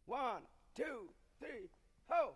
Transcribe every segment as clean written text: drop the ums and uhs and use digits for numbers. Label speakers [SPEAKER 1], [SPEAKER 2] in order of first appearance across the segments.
[SPEAKER 1] One, two, three, ho!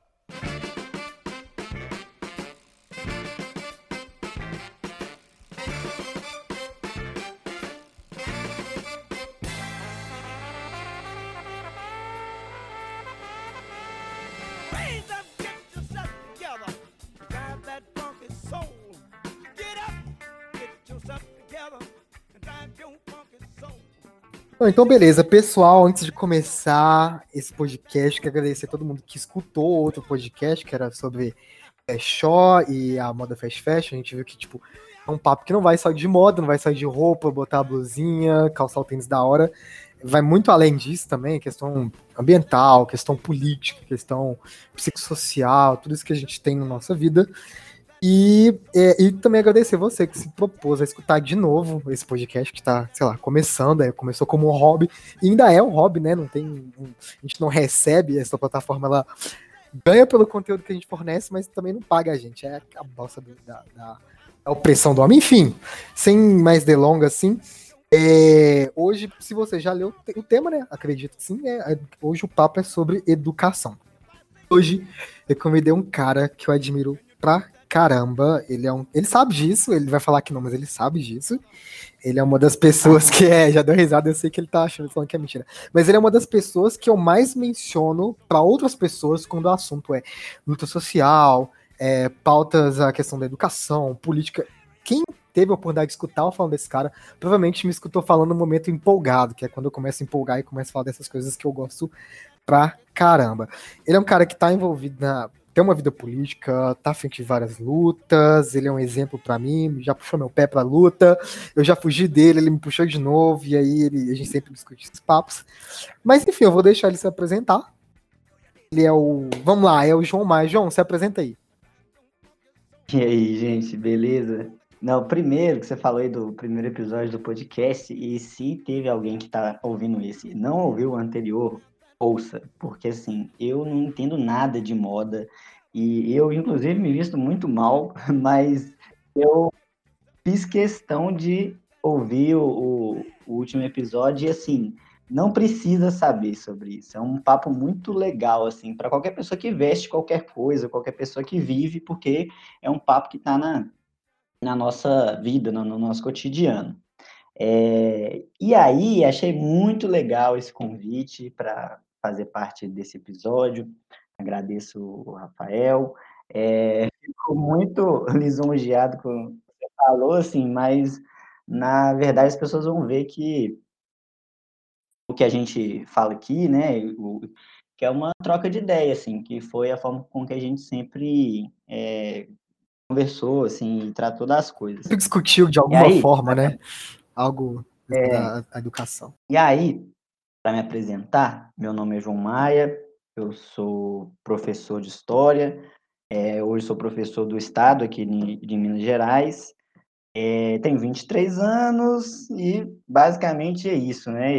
[SPEAKER 1] Raise up, get yourself together. Drive that funky soul. Get up, get yourself together. Drive your funky soul.
[SPEAKER 2] Então, beleza, pessoal, antes de começar esse podcast, quero agradecer a todo mundo que escutou outro podcast, que era sobre Shaw e a moda fast fashion. A gente viu que, tipo, é um papo que não vai só de moda, não vai só de roupa, botar a blusinha, calçar o tênis da hora. Vai muito além disso também, questão ambiental, questão política, questão psicossocial, tudo isso que a gente tem na nossa vida. E também agradecer você que se propôs a escutar de novo esse podcast que tá, sei lá, começando, começou como um hobby, e ainda é um hobby, né? A gente não recebe, essa plataforma, ela ganha pelo conteúdo que a gente fornece, mas também não paga a gente, é a bosta da opressão do homem. Enfim, sem mais delongas, assim, hoje, se você já leu o tema, né? Acredito que sim, hoje o papo é sobre educação. Hoje eu convidei um cara que eu admiro pra caramba. Ele sabe disso, ele vai falar que não, mas ele sabe disso. Ele é uma das pessoas que já deu risada, eu sei que ele tá falando que é mentira. Mas ele é uma das pessoas que eu mais menciono pra outras pessoas quando o assunto é luta social, pautas, a questão da educação, política. Quem teve a oportunidade de escutar eu falando desse cara, provavelmente me escutou falando no momento empolgado, que é quando eu começo a empolgar e começo a falar dessas coisas que eu gosto pra caramba. Ele é um cara que tá envolvido tem uma vida política, tá à frente de várias lutas, ele é um exemplo pra mim, já puxou meu pé pra luta, eu já fugi dele, ele me puxou de novo, e aí a gente sempre discute esses papos. Mas enfim, eu vou deixar ele se apresentar. Ele vamos lá, é o João Maia. João, se apresenta aí.
[SPEAKER 3] E aí, gente, beleza? Não, primeiro que você falou aí do primeiro episódio do podcast, e se teve alguém que tá ouvindo esse e não ouviu o anterior, ouça, porque assim, eu não entendo nada de moda, e eu, inclusive, me visto muito mal, mas eu fiz questão de ouvir o último episódio e, assim, não precisa saber sobre isso. É um papo muito legal, assim, para qualquer pessoa que veste qualquer coisa, qualquer pessoa que vive, porque é um papo que está na nossa vida, no nosso cotidiano. E aí, achei muito legal esse convite para fazer parte desse episódio. Agradeço o Rafael. Fico muito lisonjeado com o que você falou, assim, mas, na verdade, as pessoas vão ver que o que a gente fala aqui, né, que é uma troca de ideia, assim, que foi a forma com que a gente sempre conversou, assim, e tratou das coisas.
[SPEAKER 2] Sempre discutiu de
[SPEAKER 3] E
[SPEAKER 2] alguma
[SPEAKER 3] aí,
[SPEAKER 2] forma, né? Algo da educação.
[SPEAKER 3] e aí, para me apresentar, meu nome é João Maia, eu sou professor de História, hoje sou professor do Estado aqui de Minas Gerais, tenho 23 anos e basicamente é isso, né?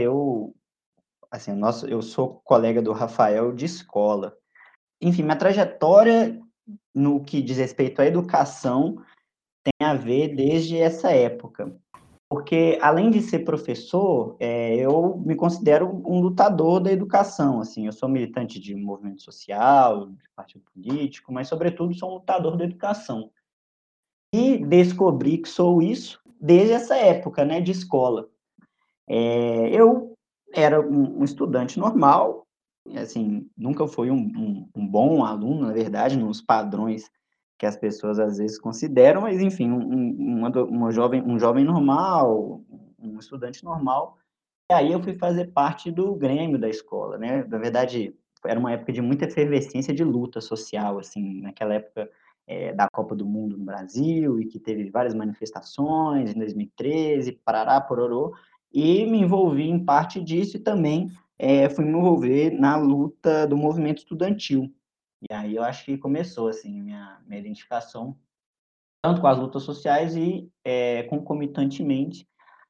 [SPEAKER 3] Eu sou colega do Rafael de escola. Enfim, minha trajetória no que diz respeito à educação tem a ver desde essa época. Porque, além de ser professor, eu me considero um lutador da educação, assim, eu sou militante de movimento social, de partido político, mas, sobretudo, sou um lutador da educação. E descobri que sou isso desde essa época, né, de escola. Eu era um estudante normal, assim, nunca fui um bom aluno, na verdade, nos padrões que as pessoas às vezes consideram, mas enfim, um jovem normal, um estudante normal. E aí eu fui fazer parte do grêmio da escola, né? Na verdade, era uma época de muita efervescência de luta social, assim, naquela época da Copa do Mundo no Brasil, e que teve várias manifestações em 2013, parará, pororô, e me envolvi em parte disso e também fui me envolver na luta do movimento estudantil. E aí eu acho que começou, assim, minha identificação, tanto com as lutas sociais e, concomitantemente,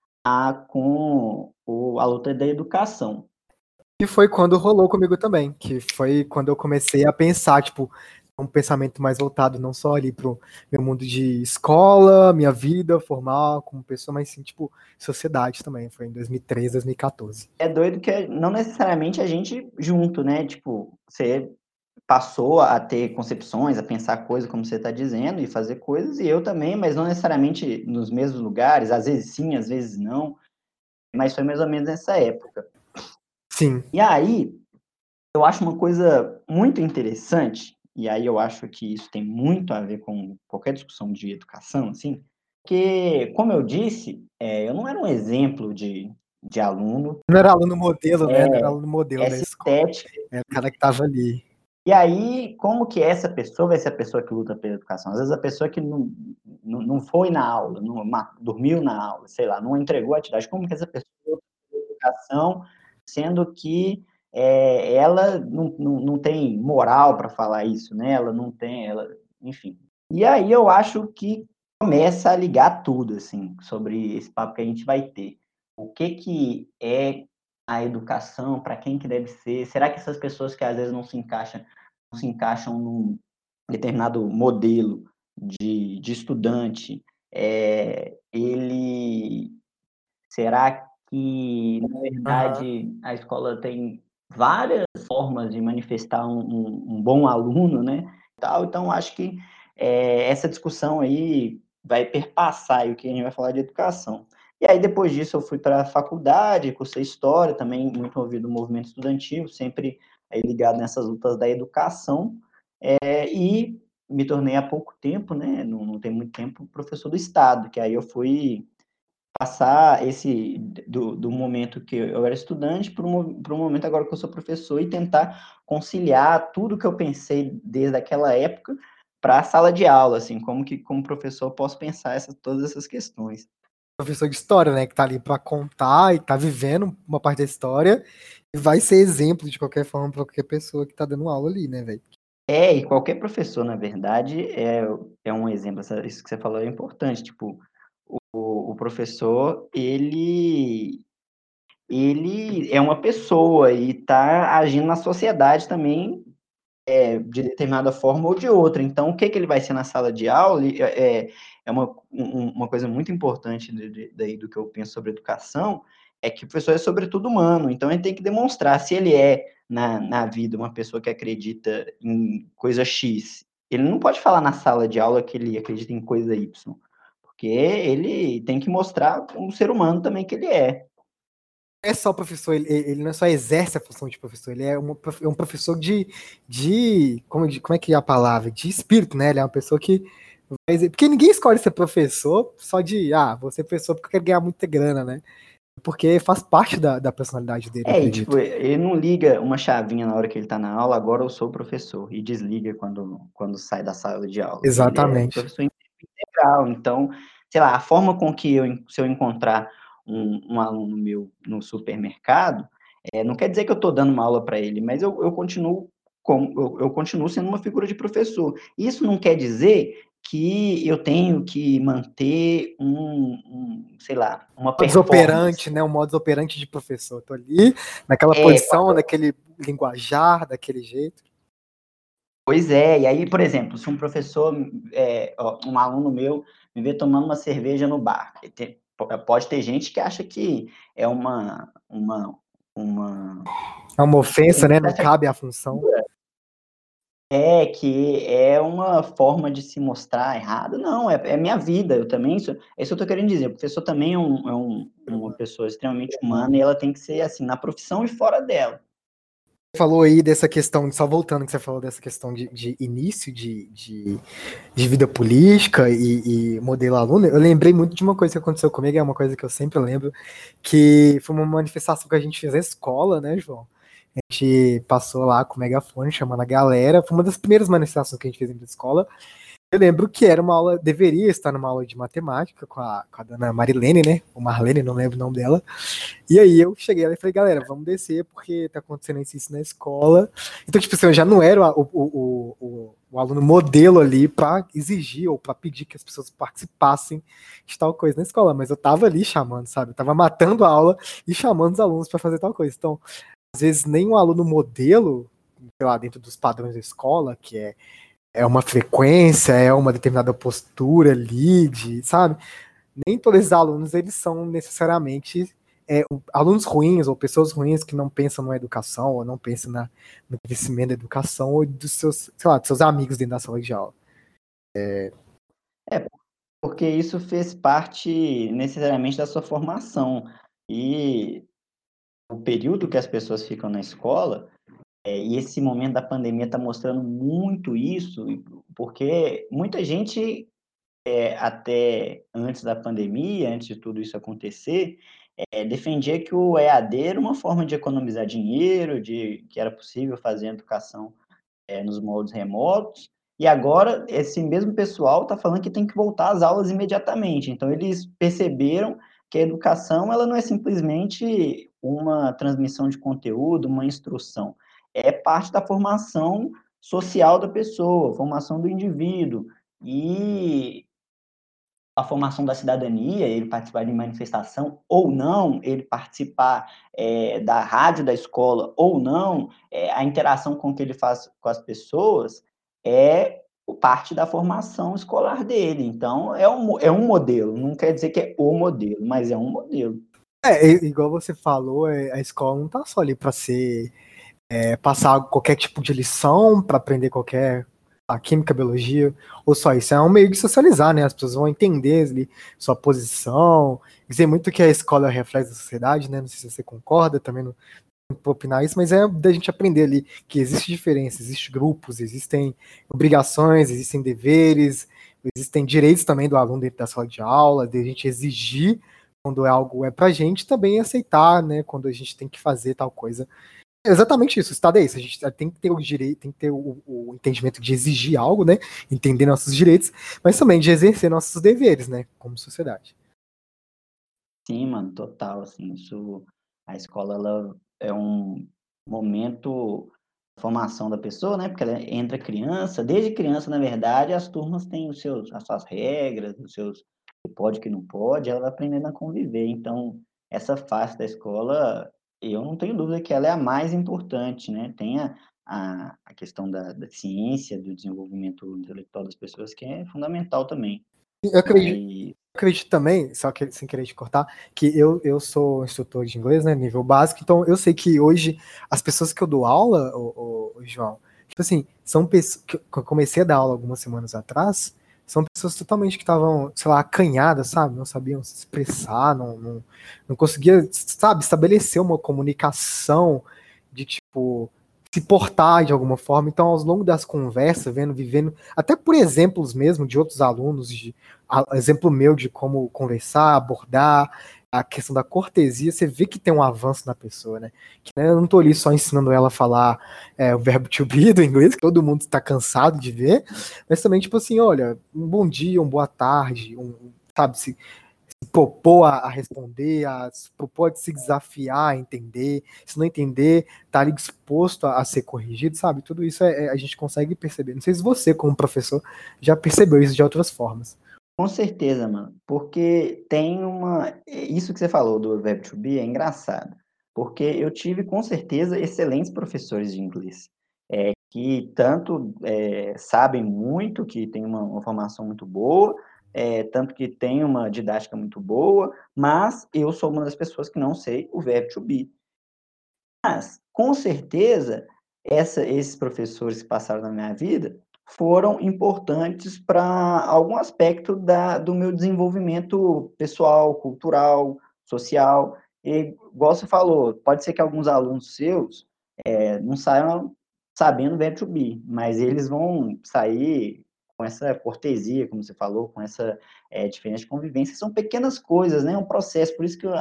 [SPEAKER 3] a luta da educação.
[SPEAKER 2] E foi quando rolou comigo também, que foi quando eu comecei a pensar, tipo, um pensamento mais voltado não só ali pro meu mundo de escola, minha vida formal como pessoa, mas sim, tipo, sociedade também. Foi em 2013, 2014.
[SPEAKER 3] É doido que não necessariamente a gente junto, né? Tipo, você passou a ter concepções, a pensar coisas como você está dizendo, e fazer coisas, e eu também, mas não necessariamente nos mesmos lugares, às vezes sim, às vezes não, mas foi mais ou menos nessa época.
[SPEAKER 2] Sim.
[SPEAKER 3] E aí, eu acho uma coisa muito interessante, e aí eu acho que isso tem muito a ver com qualquer discussão de educação, assim, que, como eu disse, eu não era um exemplo de aluno,
[SPEAKER 2] Não era aluno modelo, né? Não era aluno modelo da
[SPEAKER 3] essa
[SPEAKER 2] escola.
[SPEAKER 3] estética.
[SPEAKER 2] Era o cara que tava ali.
[SPEAKER 3] E aí, como que essa pessoa vai ser a pessoa que luta pela educação? Às vezes a pessoa que não foi na aula, dormiu na aula, sei lá, não entregou a atividade. Como que essa pessoa luta pela educação, sendo que ela não tem moral para falar isso, né? Ela não tem, enfim. E aí eu acho que começa a ligar tudo, assim, sobre esse papo que a gente vai ter. O que é a educação, para quem que deve ser? Será que essas pessoas que às vezes não se encaixam num determinado modelo de estudante, ele será que, na
[SPEAKER 2] Aham.
[SPEAKER 3] verdade, a escola tem várias formas de manifestar um bom aluno, né? Tal, então, acho que essa discussão aí vai perpassar aí o que a gente vai falar de educação. E aí, depois disso, eu fui para a faculdade, cursei História, também muito envolvido no movimento estudantil, sempre aí ligado nessas lutas da educação, e me tornei há pouco tempo, né? Não tem muito tempo, professor do Estado, que aí eu fui passar do momento que eu era estudante para um momento agora que eu sou professor e tentar conciliar tudo que eu pensei desde aquela época para a sala de aula, assim, como professor eu posso pensar todas essas questões.
[SPEAKER 2] Professor de história, né? Que tá ali pra contar e tá vivendo uma parte da história e vai ser exemplo de qualquer forma pra qualquer pessoa que tá dando aula ali, né, velho?
[SPEAKER 3] E qualquer professor, na verdade, é um exemplo, isso que você falou é importante, tipo, o professor, ele é uma pessoa e está agindo na sociedade também de determinada forma ou de outra. Então, o que ele vai ser na sala de aula é uma coisa muito importante daí do que eu penso sobre educação, é que o professor é sobretudo humano, então ele tem que demonstrar se ele na vida uma pessoa que acredita em coisa X. Ele não pode falar na sala de aula que ele acredita em coisa Y, porque ele tem que mostrar um ser humano também que ele é.
[SPEAKER 2] É só professor, ele não é só exerce a função de professor, ele é um professor como é que é a palavra? De espírito, né? Ele é uma pessoa que porque ninguém escolhe ser professor só vou ser professor porque eu quero ganhar muita grana, né? Porque faz parte da personalidade dele, eu
[SPEAKER 3] E tipo,
[SPEAKER 2] acredito.
[SPEAKER 3] ele não liga uma chavinha na hora que ele tá na aula, agora eu sou professor, e desliga quando sai da sala de aula. Ele é
[SPEAKER 2] Exatamente.
[SPEAKER 3] professor integral, então, sei lá, a forma com que se eu encontrar um aluno meu no supermercado, não quer dizer que eu estou dando uma aula para ele, mas eu continuo eu continuo sendo uma figura de professor. Isso não quer dizer que eu tenho que manter sei lá, uma
[SPEAKER 2] Modus
[SPEAKER 3] performance.
[SPEAKER 2] operandi, né? Um modus operandi de professor. Tô ali, naquela
[SPEAKER 3] É,
[SPEAKER 2] posição, naquele linguajar, daquele jeito.
[SPEAKER 3] Pois é, e aí, por exemplo, se um professor, um aluno meu me vê tomando uma cerveja no bar, pode ter gente que acha que é uma
[SPEAKER 2] É uma ofensa,
[SPEAKER 3] tem
[SPEAKER 2] né?
[SPEAKER 3] gente que
[SPEAKER 2] Não
[SPEAKER 3] acha que
[SPEAKER 2] cabe à função.
[SPEAKER 3] que é uma forma de se mostrar errado. Não, é minha vida, eu também, isso que eu tô querendo dizer, o professor também uma pessoa extremamente humana e ela tem que ser assim, na profissão e fora dela.
[SPEAKER 2] Falou aí dessa questão, só voltando que você falou dessa questão de início de vida política e modelo aluno, eu lembrei muito de uma coisa que aconteceu comigo, é uma coisa que eu sempre lembro, que foi uma manifestação que a gente fez na escola, né, João? A gente passou lá com o megafone chamando a galera, foi uma das primeiras manifestações que a gente fez na escola. Eu lembro que era uma aula, deveria estar numa aula de matemática com a dona Marilene, né? Ou Marlene, não lembro o nome dela. E aí eu cheguei lá e falei, galera, vamos descer porque tá acontecendo isso na escola. Então, tipo assim, eu já não era o aluno modelo ali para exigir ou para pedir que as pessoas participassem de tal coisa na escola, mas eu tava ali chamando, sabe? Eu tava matando a aula e chamando os alunos para fazer tal coisa. Então, às vezes, nem um aluno modelo, sei lá, dentro dos padrões da escola, que é é uma frequência, é uma determinada postura ali, sabe? Nem todos esses alunos, eles são necessariamente alunos ruins ou pessoas ruins que não pensam na educação ou não pensam no crescimento da educação ou dos seus, sei lá, dos seus amigos dentro da sala de aula.
[SPEAKER 3] Porque isso fez parte necessariamente da sua formação. E o período que as pessoas ficam na escola, e esse momento da pandemia está mostrando muito isso, porque muita gente, até antes da pandemia, antes de tudo isso acontecer, defendia que o EAD era uma forma de economizar dinheiro, de que era possível fazer a educação nos moldes remotos, e agora esse mesmo pessoal está falando que tem que voltar às aulas imediatamente. Então, eles perceberam que a educação ela não é simplesmente uma transmissão de conteúdo, uma instrução. É parte da formação social da pessoa, formação do indivíduo. E a formação da cidadania, ele participar de manifestação ou não, ele participar da rádio da escola ou não, a interação com que ele faz com as pessoas é parte da formação escolar dele. Então, é um modelo, não quer dizer que é o modelo, mas é um modelo.
[SPEAKER 2] Igual você falou, a escola não tá só ali para ser passar qualquer tipo de lição, para aprender qualquer a química, biologia, ou só isso. É um meio de socializar, né? As pessoas vão entender ali, sua posição, dizer muito que a escola reflete a sociedade, né? Não sei se você concorda, também não vou opinar isso, mas é da gente aprender ali que existe diferença, existem grupos, existem obrigações, existem deveres, existem direitos também do aluno dentro da sala de aula, de a gente exigir quando algo é pra gente, também aceitar, né? Quando a gente tem que fazer tal coisa. É exatamente isso, o Estado é isso, a gente tem que ter o direito, tem que ter o entendimento de exigir algo, né, entender nossos direitos, mas também de exercer nossos deveres, né, como sociedade.
[SPEAKER 3] Sim, mano, total, assim, isso, a escola, ela é um momento de formação da pessoa, né, porque ela entra criança, desde criança, na verdade, as turmas têm as suas regras, os seus, que pode, que não pode, ela vai aprendendo a conviver, então, essa fase da escola, eu não tenho dúvida que ela é a mais importante, né, tem a questão da ciência, do desenvolvimento intelectual das pessoas, que é fundamental também,
[SPEAKER 2] Eu acredito,
[SPEAKER 3] mas
[SPEAKER 2] acredito também, só que sem querer te cortar, que eu sou instrutor de inglês, né, nível básico, então eu sei que hoje as pessoas que eu dou aula, o João, tipo assim, são pessoas que eu comecei a dar aula algumas semanas atrás, são pessoas totalmente que estavam, sei lá, acanhadas, sabe, não sabiam se expressar, não conseguia, sabe, estabelecer uma comunicação de tipo se portar de alguma forma. Então, ao longo das conversas, vivendo, até por exemplos mesmo de outros alunos, exemplo meu de como conversar, abordar a questão da cortesia, você vê que tem um avanço na pessoa, né? Que, né, eu não tô ali só ensinando ela a falar o verbo to be do inglês, que todo mundo está cansado de ver, mas também, tipo assim, olha, um bom dia, uma boa tarde, sabe, se propor a responder, se propor a se desafiar, a entender, se não entender, tá ali disposto a ser corrigido, sabe? Tudo isso a gente consegue perceber. Não sei se você, como professor, já percebeu isso de outras formas.
[SPEAKER 3] com certeza, mano, porque tem isso que você falou do verbo to be é engraçado, porque eu tive, com certeza, excelentes professores de inglês, que tanto sabem muito, que têm uma formação muito boa, tanto que tem uma didática muito boa, mas eu sou uma das pessoas que não sei o verbo to be. Mas, com certeza, esses professores que passaram na minha vida foram importantes para algum aspecto do meu desenvolvimento pessoal, cultural, social. E, igual você falou, pode ser que alguns alunos seus não saiam sabendo verbo to be, mas eles vão sair com essa cortesia, como você falou, com essa diferença de convivência. São pequenas coisas, né? É um processo. Por isso que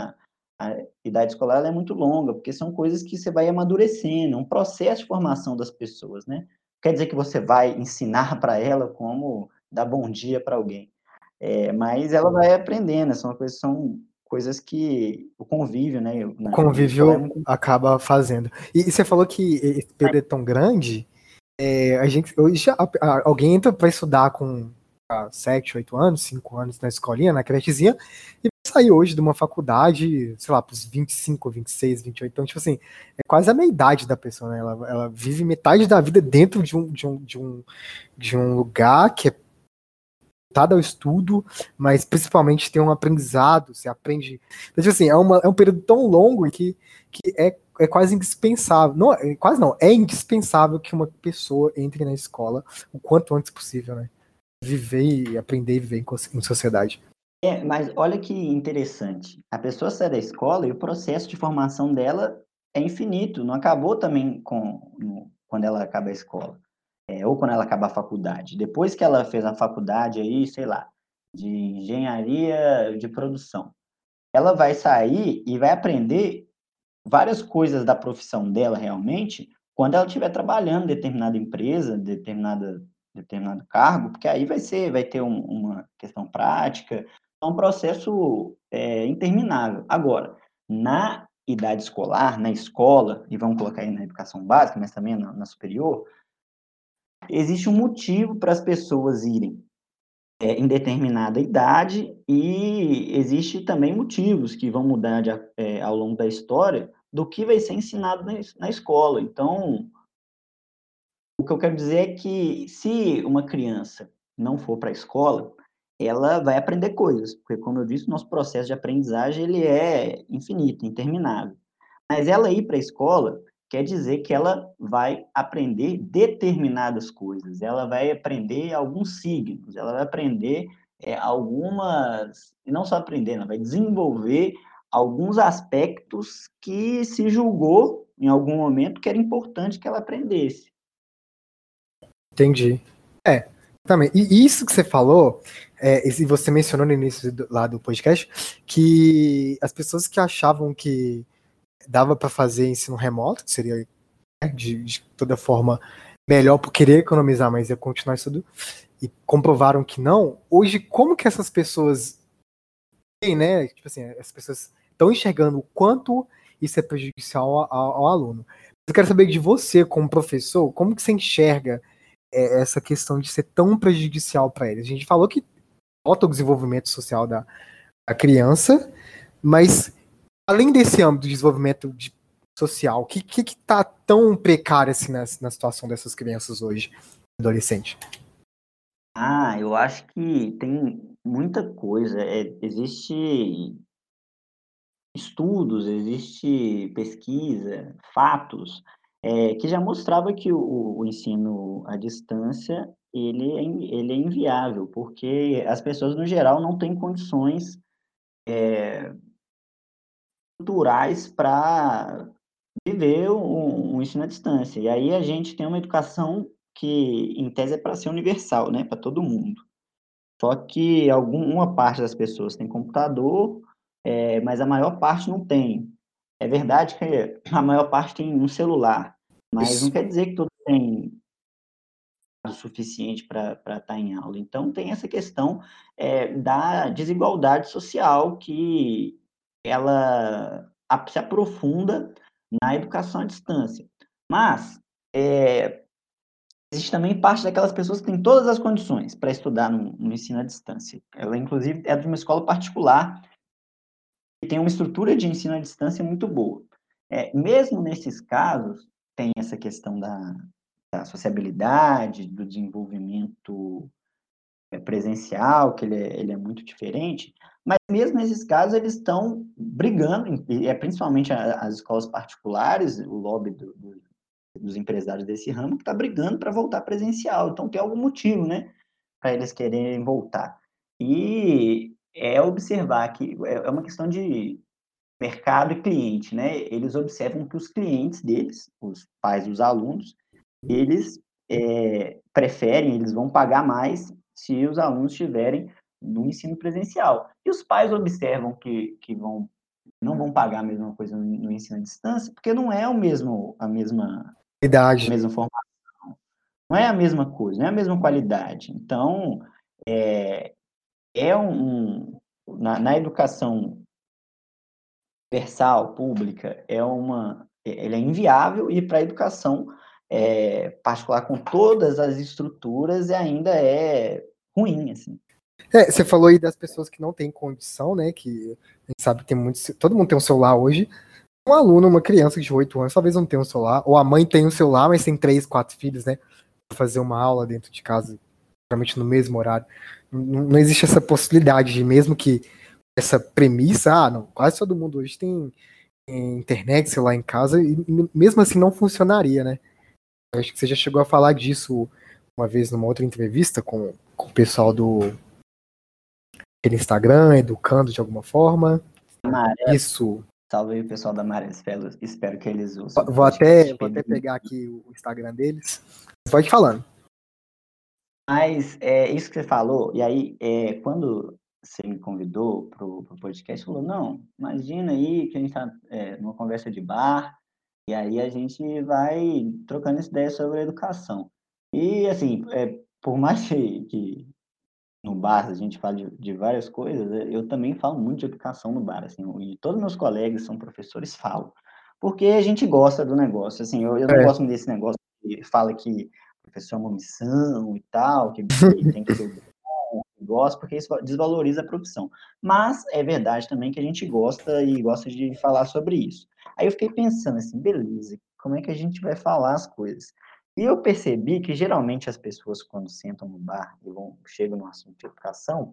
[SPEAKER 3] a idade escolar ela é muito longa, porque são coisas que você vai amadurecendo, é um processo de formação das pessoas, né? Quer dizer que você vai ensinar para ela como dar bom dia para alguém, mas ela vai aprendendo, são coisas que o convívio, né,
[SPEAKER 2] O
[SPEAKER 3] no ambiente escolar é
[SPEAKER 2] convívio
[SPEAKER 3] muito.
[SPEAKER 2] acaba fazendo. E você falou que esse período é tão grande, a gente hoje alguém entra para estudar com 7, 8 anos, 5 anos na escolinha, na crechezinha, e sair hoje de uma faculdade, sei lá, pros 25, 26, 28. Então, tipo assim, é quase a meia-idade da pessoa, né? Ela vive metade da vida dentro de um lugar que é voltado ao estudo, mas principalmente tem um aprendizado, você aprende. Então, tipo assim, é um período tão longo que é quase indispensável. Não, quase não, é indispensável que uma pessoa entre na escola o quanto antes possível, né? Viver e aprender e viver em sociedade.
[SPEAKER 3] Mas olha que interessante. A pessoa sai da escola e o processo de formação dela é infinito. Não acabou também quando ela acaba a escola, ou quando ela acaba a faculdade. Depois que ela fez a faculdade aí, sei lá, de engenharia de produção, ela vai sair e vai aprender várias coisas da profissão dela realmente quando ela estiver trabalhando em determinada empresa, determinado cargo, porque aí vai ter uma questão prática, é um processo interminável. Agora, na idade escolar, na escola, e vamos colocar aí na educação básica, mas também na superior, existe um motivo para as pessoas irem em determinada idade e existe também motivos que vão mudar ao longo da história do que vai ser ensinado na escola. Então, o que eu quero dizer é que se uma criança não for para a escola, ela vai aprender coisas, porque como eu disse, o nosso processo de aprendizagem ele é infinito, interminável. Mas ela ir para a escola quer dizer que ela vai aprender determinadas coisas, ela vai aprender alguns signos, ela vai aprender algumas, e não só aprender, ela vai desenvolver alguns aspectos que se julgou em algum momento que era importante que ela aprendesse.
[SPEAKER 2] Entendi. Também. E isso que você falou, e você mencionou no início lá do podcast, que as pessoas que achavam que dava para fazer ensino remoto, que seria, né, de toda forma melhor por querer economizar, mas ia continuar isso e comprovaram que não. Hoje, como que essas pessoas têm, né? Tipo assim, as pessoas estão enxergando o quanto isso é prejudicial ao aluno. Eu quero saber de você, como professor, como que você enxerga essa questão de ser tão prejudicial para eles? A gente falou que falta o desenvolvimento social da criança, mas além desse âmbito de desenvolvimento social, o que tá tão precário assim na situação dessas crianças hoje, adolescente?
[SPEAKER 3] Eu acho que tem muita coisa. Existe estudos, existe pesquisa, fatos, que já mostrava que o ensino à distância ele é inviável, porque as pessoas, no geral, não têm condições culturais para viver um ensino à distância. E aí a gente tem uma educação que, em tese, é para ser universal, né, para todo mundo. Só que uma parte das pessoas tem computador, mas a maior parte não tem. É verdade que a maior parte tem um celular, mas não
[SPEAKER 2] Isso.
[SPEAKER 3] quer dizer que todos têm o suficiente para estar em aula. Então, tem essa questão da desigualdade social que ela se aprofunda na educação à distância. Mas existe também parte daquelas pessoas que têm todas as condições para estudar no ensino à distância. Ela, inclusive, é de uma escola particular e tem uma estrutura de ensino à distância muito boa. Mesmo nesses casos, tem essa questão da sociabilidade, do desenvolvimento presencial, que ele é muito diferente, mas mesmo nesses casos eles estão brigando, principalmente as escolas particulares, o lobby dos empresários desse ramo, que está brigando para voltar presencial. Então tem algum motivo, né, para eles quererem voltar. E é observar que é uma questão de mercado e cliente, né? Eles observam que os clientes deles, os pais dos alunos, eles preferem, eles vão pagar mais se os alunos estiverem no ensino presencial. E os pais observam que não vão pagar a mesma coisa no ensino à distância, porque não é a
[SPEAKER 2] Idade.
[SPEAKER 3] mesma formação, não é a mesma coisa, não é a mesma qualidade. Então, na educação universal, pública, ele é inviável, e para a educação particular com todas as estruturas ainda é ruim, assim.
[SPEAKER 2] Você falou aí das pessoas que não têm condição, né? Que a gente sabe que tem muitos. Todo mundo tem um celular hoje. Um aluno, uma criança de 8 anos, talvez não tenha um celular. Ou a mãe tem um celular, mas tem 3, 4 filhos, né? Pra fazer uma aula dentro de casa, geralmente no mesmo horário. Não existe essa possibilidade de, mesmo que essa premissa, não, quase todo mundo hoje tem internet, celular em casa, e mesmo assim não funcionaria, né? Eu acho que você já chegou a falar disso uma vez numa outra entrevista com o pessoal do Instagram, educando de alguma forma.
[SPEAKER 3] Maré,
[SPEAKER 2] Isso.
[SPEAKER 3] salve aí o pessoal da Maré, espero que eles ouçam o
[SPEAKER 2] Vou até,
[SPEAKER 3] podcast.
[SPEAKER 2] vou até pegar aqui o Instagram deles. Pode ir falando.
[SPEAKER 3] Mas isso que você falou, e aí quando você me convidou para o podcast, falou, não, imagina aí que a gente está numa conversa de bar, e aí a gente vai trocando essa ideia sobre a educação. E assim, por mais que no bar a gente fala de várias coisas, eu também falo muito de educação no bar, assim, e todos meus colegas são professores falam, porque a gente gosta do negócio, assim, eu não
[SPEAKER 2] É,
[SPEAKER 3] gosto desse negócio que fala que o professor é uma missão e tal, que tem que ser o bom, que gosta, porque isso desvaloriza a profissão. Mas é verdade também que a gente gosta e gosta de falar sobre isso. Aí eu fiquei pensando assim, beleza, como é que a gente vai falar as coisas? E eu percebi que geralmente as pessoas, quando sentam no bar e chegam no assunto de educação,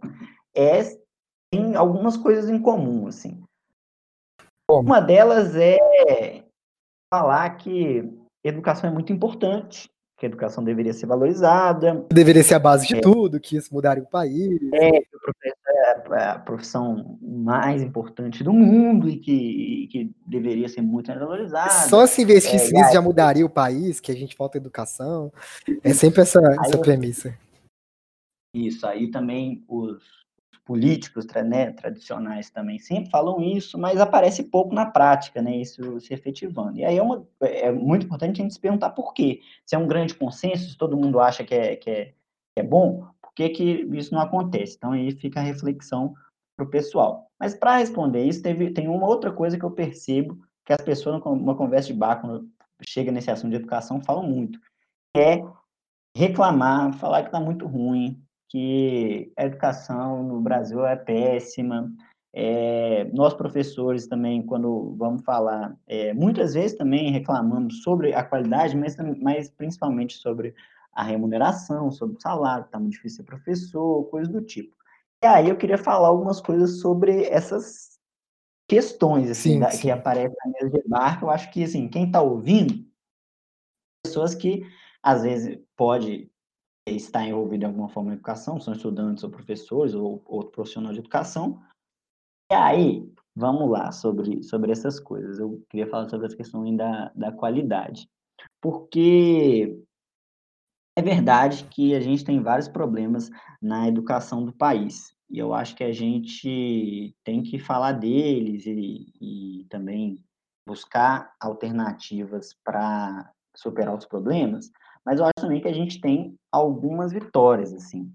[SPEAKER 3] tem algumas coisas em comum, assim.
[SPEAKER 2] como?
[SPEAKER 3] Uma delas é falar que educação é muito importante, que a educação deveria ser valorizada,
[SPEAKER 2] Deveria ser a base de tudo, que isso mudaria o país.
[SPEAKER 3] que o professor é a profissão mais importante do mundo e que deveria ser muito mais
[SPEAKER 2] Só
[SPEAKER 3] valorizada.
[SPEAKER 2] se investisse
[SPEAKER 3] E
[SPEAKER 2] nisso já mudaria o país, que a gente falta educação. É sempre essa
[SPEAKER 3] aí,
[SPEAKER 2] premissa.
[SPEAKER 3] isso, aí também os políticos, né, tradicionais também sempre falam isso, mas aparece pouco na prática, né, isso se efetivando. E aí é muito importante a gente se perguntar por quê. Se é um grande consenso, se todo mundo acha que é bom, por que que isso não acontece? Então aí fica a reflexão para o pessoal. Mas para responder isso, tem uma outra coisa que eu percebo que as pessoas, numa conversa de bar, quando chega nesse assunto de educação, falam muito, é reclamar, falar que está muito ruim, que a educação no Brasil é péssima. Nós, professores, também, quando vamos falar, muitas vezes também reclamamos sobre a qualidade, mas principalmente sobre a remuneração, sobre o salário, está muito difícil ser professor, coisas do tipo. E aí eu queria falar algumas coisas sobre essas questões, assim,
[SPEAKER 2] Sim,
[SPEAKER 3] que
[SPEAKER 2] sim.
[SPEAKER 3] aparecem na mesa de bar, que eu acho que, assim, quem está ouvindo, pessoas que, às vezes, pode está envolvido em alguma forma na educação, são estudantes ou professores ou outro profissional de educação. E aí, vamos lá sobre essas coisas. Eu queria falar sobre essa questão da qualidade. Porque é verdade que a gente tem vários problemas na educação do país. E eu acho que a gente tem que falar deles e também buscar alternativas para superar os problemas, mas eu acho também que a gente tem algumas vitórias, assim.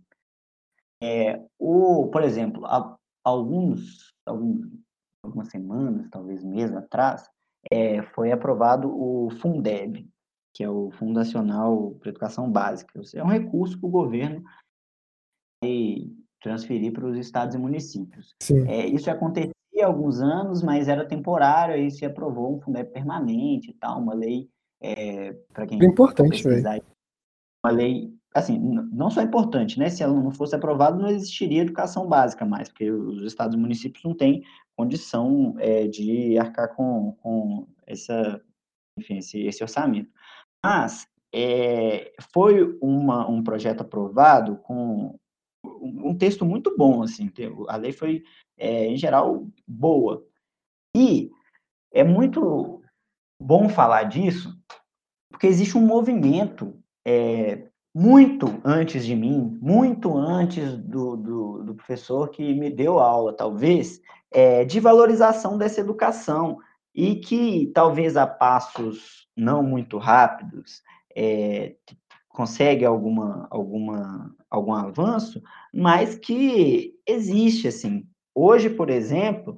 [SPEAKER 3] Por exemplo, há algumas semanas, talvez mesmo atrás, foi aprovado o Fundeb, que é o Fundo Nacional para Educação Básica. É um recurso que o governo vai transferir para os estados e municípios.
[SPEAKER 2] Sim.
[SPEAKER 3] Isso já acontecia há alguns anos, mas era temporário, aí se aprovou um Fundeb permanente e tal, uma lei, para
[SPEAKER 2] É
[SPEAKER 3] quem for
[SPEAKER 2] importante, velho.
[SPEAKER 3] pesquisar, uma lei, assim, não só importante, né? Se ela não fosse aprovada, não existiria educação básica mais, porque os estados e municípios não têm condição de arcar com enfim, esse orçamento. Mas foi um projeto aprovado com um texto muito bom, assim, a lei foi, em geral, boa. E é muito bom falar disso, porque existe um movimento muito antes de mim, muito antes do professor que me deu aula, talvez, de valorização dessa educação e que talvez a passos não muito rápidos consegue algum avanço, mas que existe, assim. Hoje, por exemplo,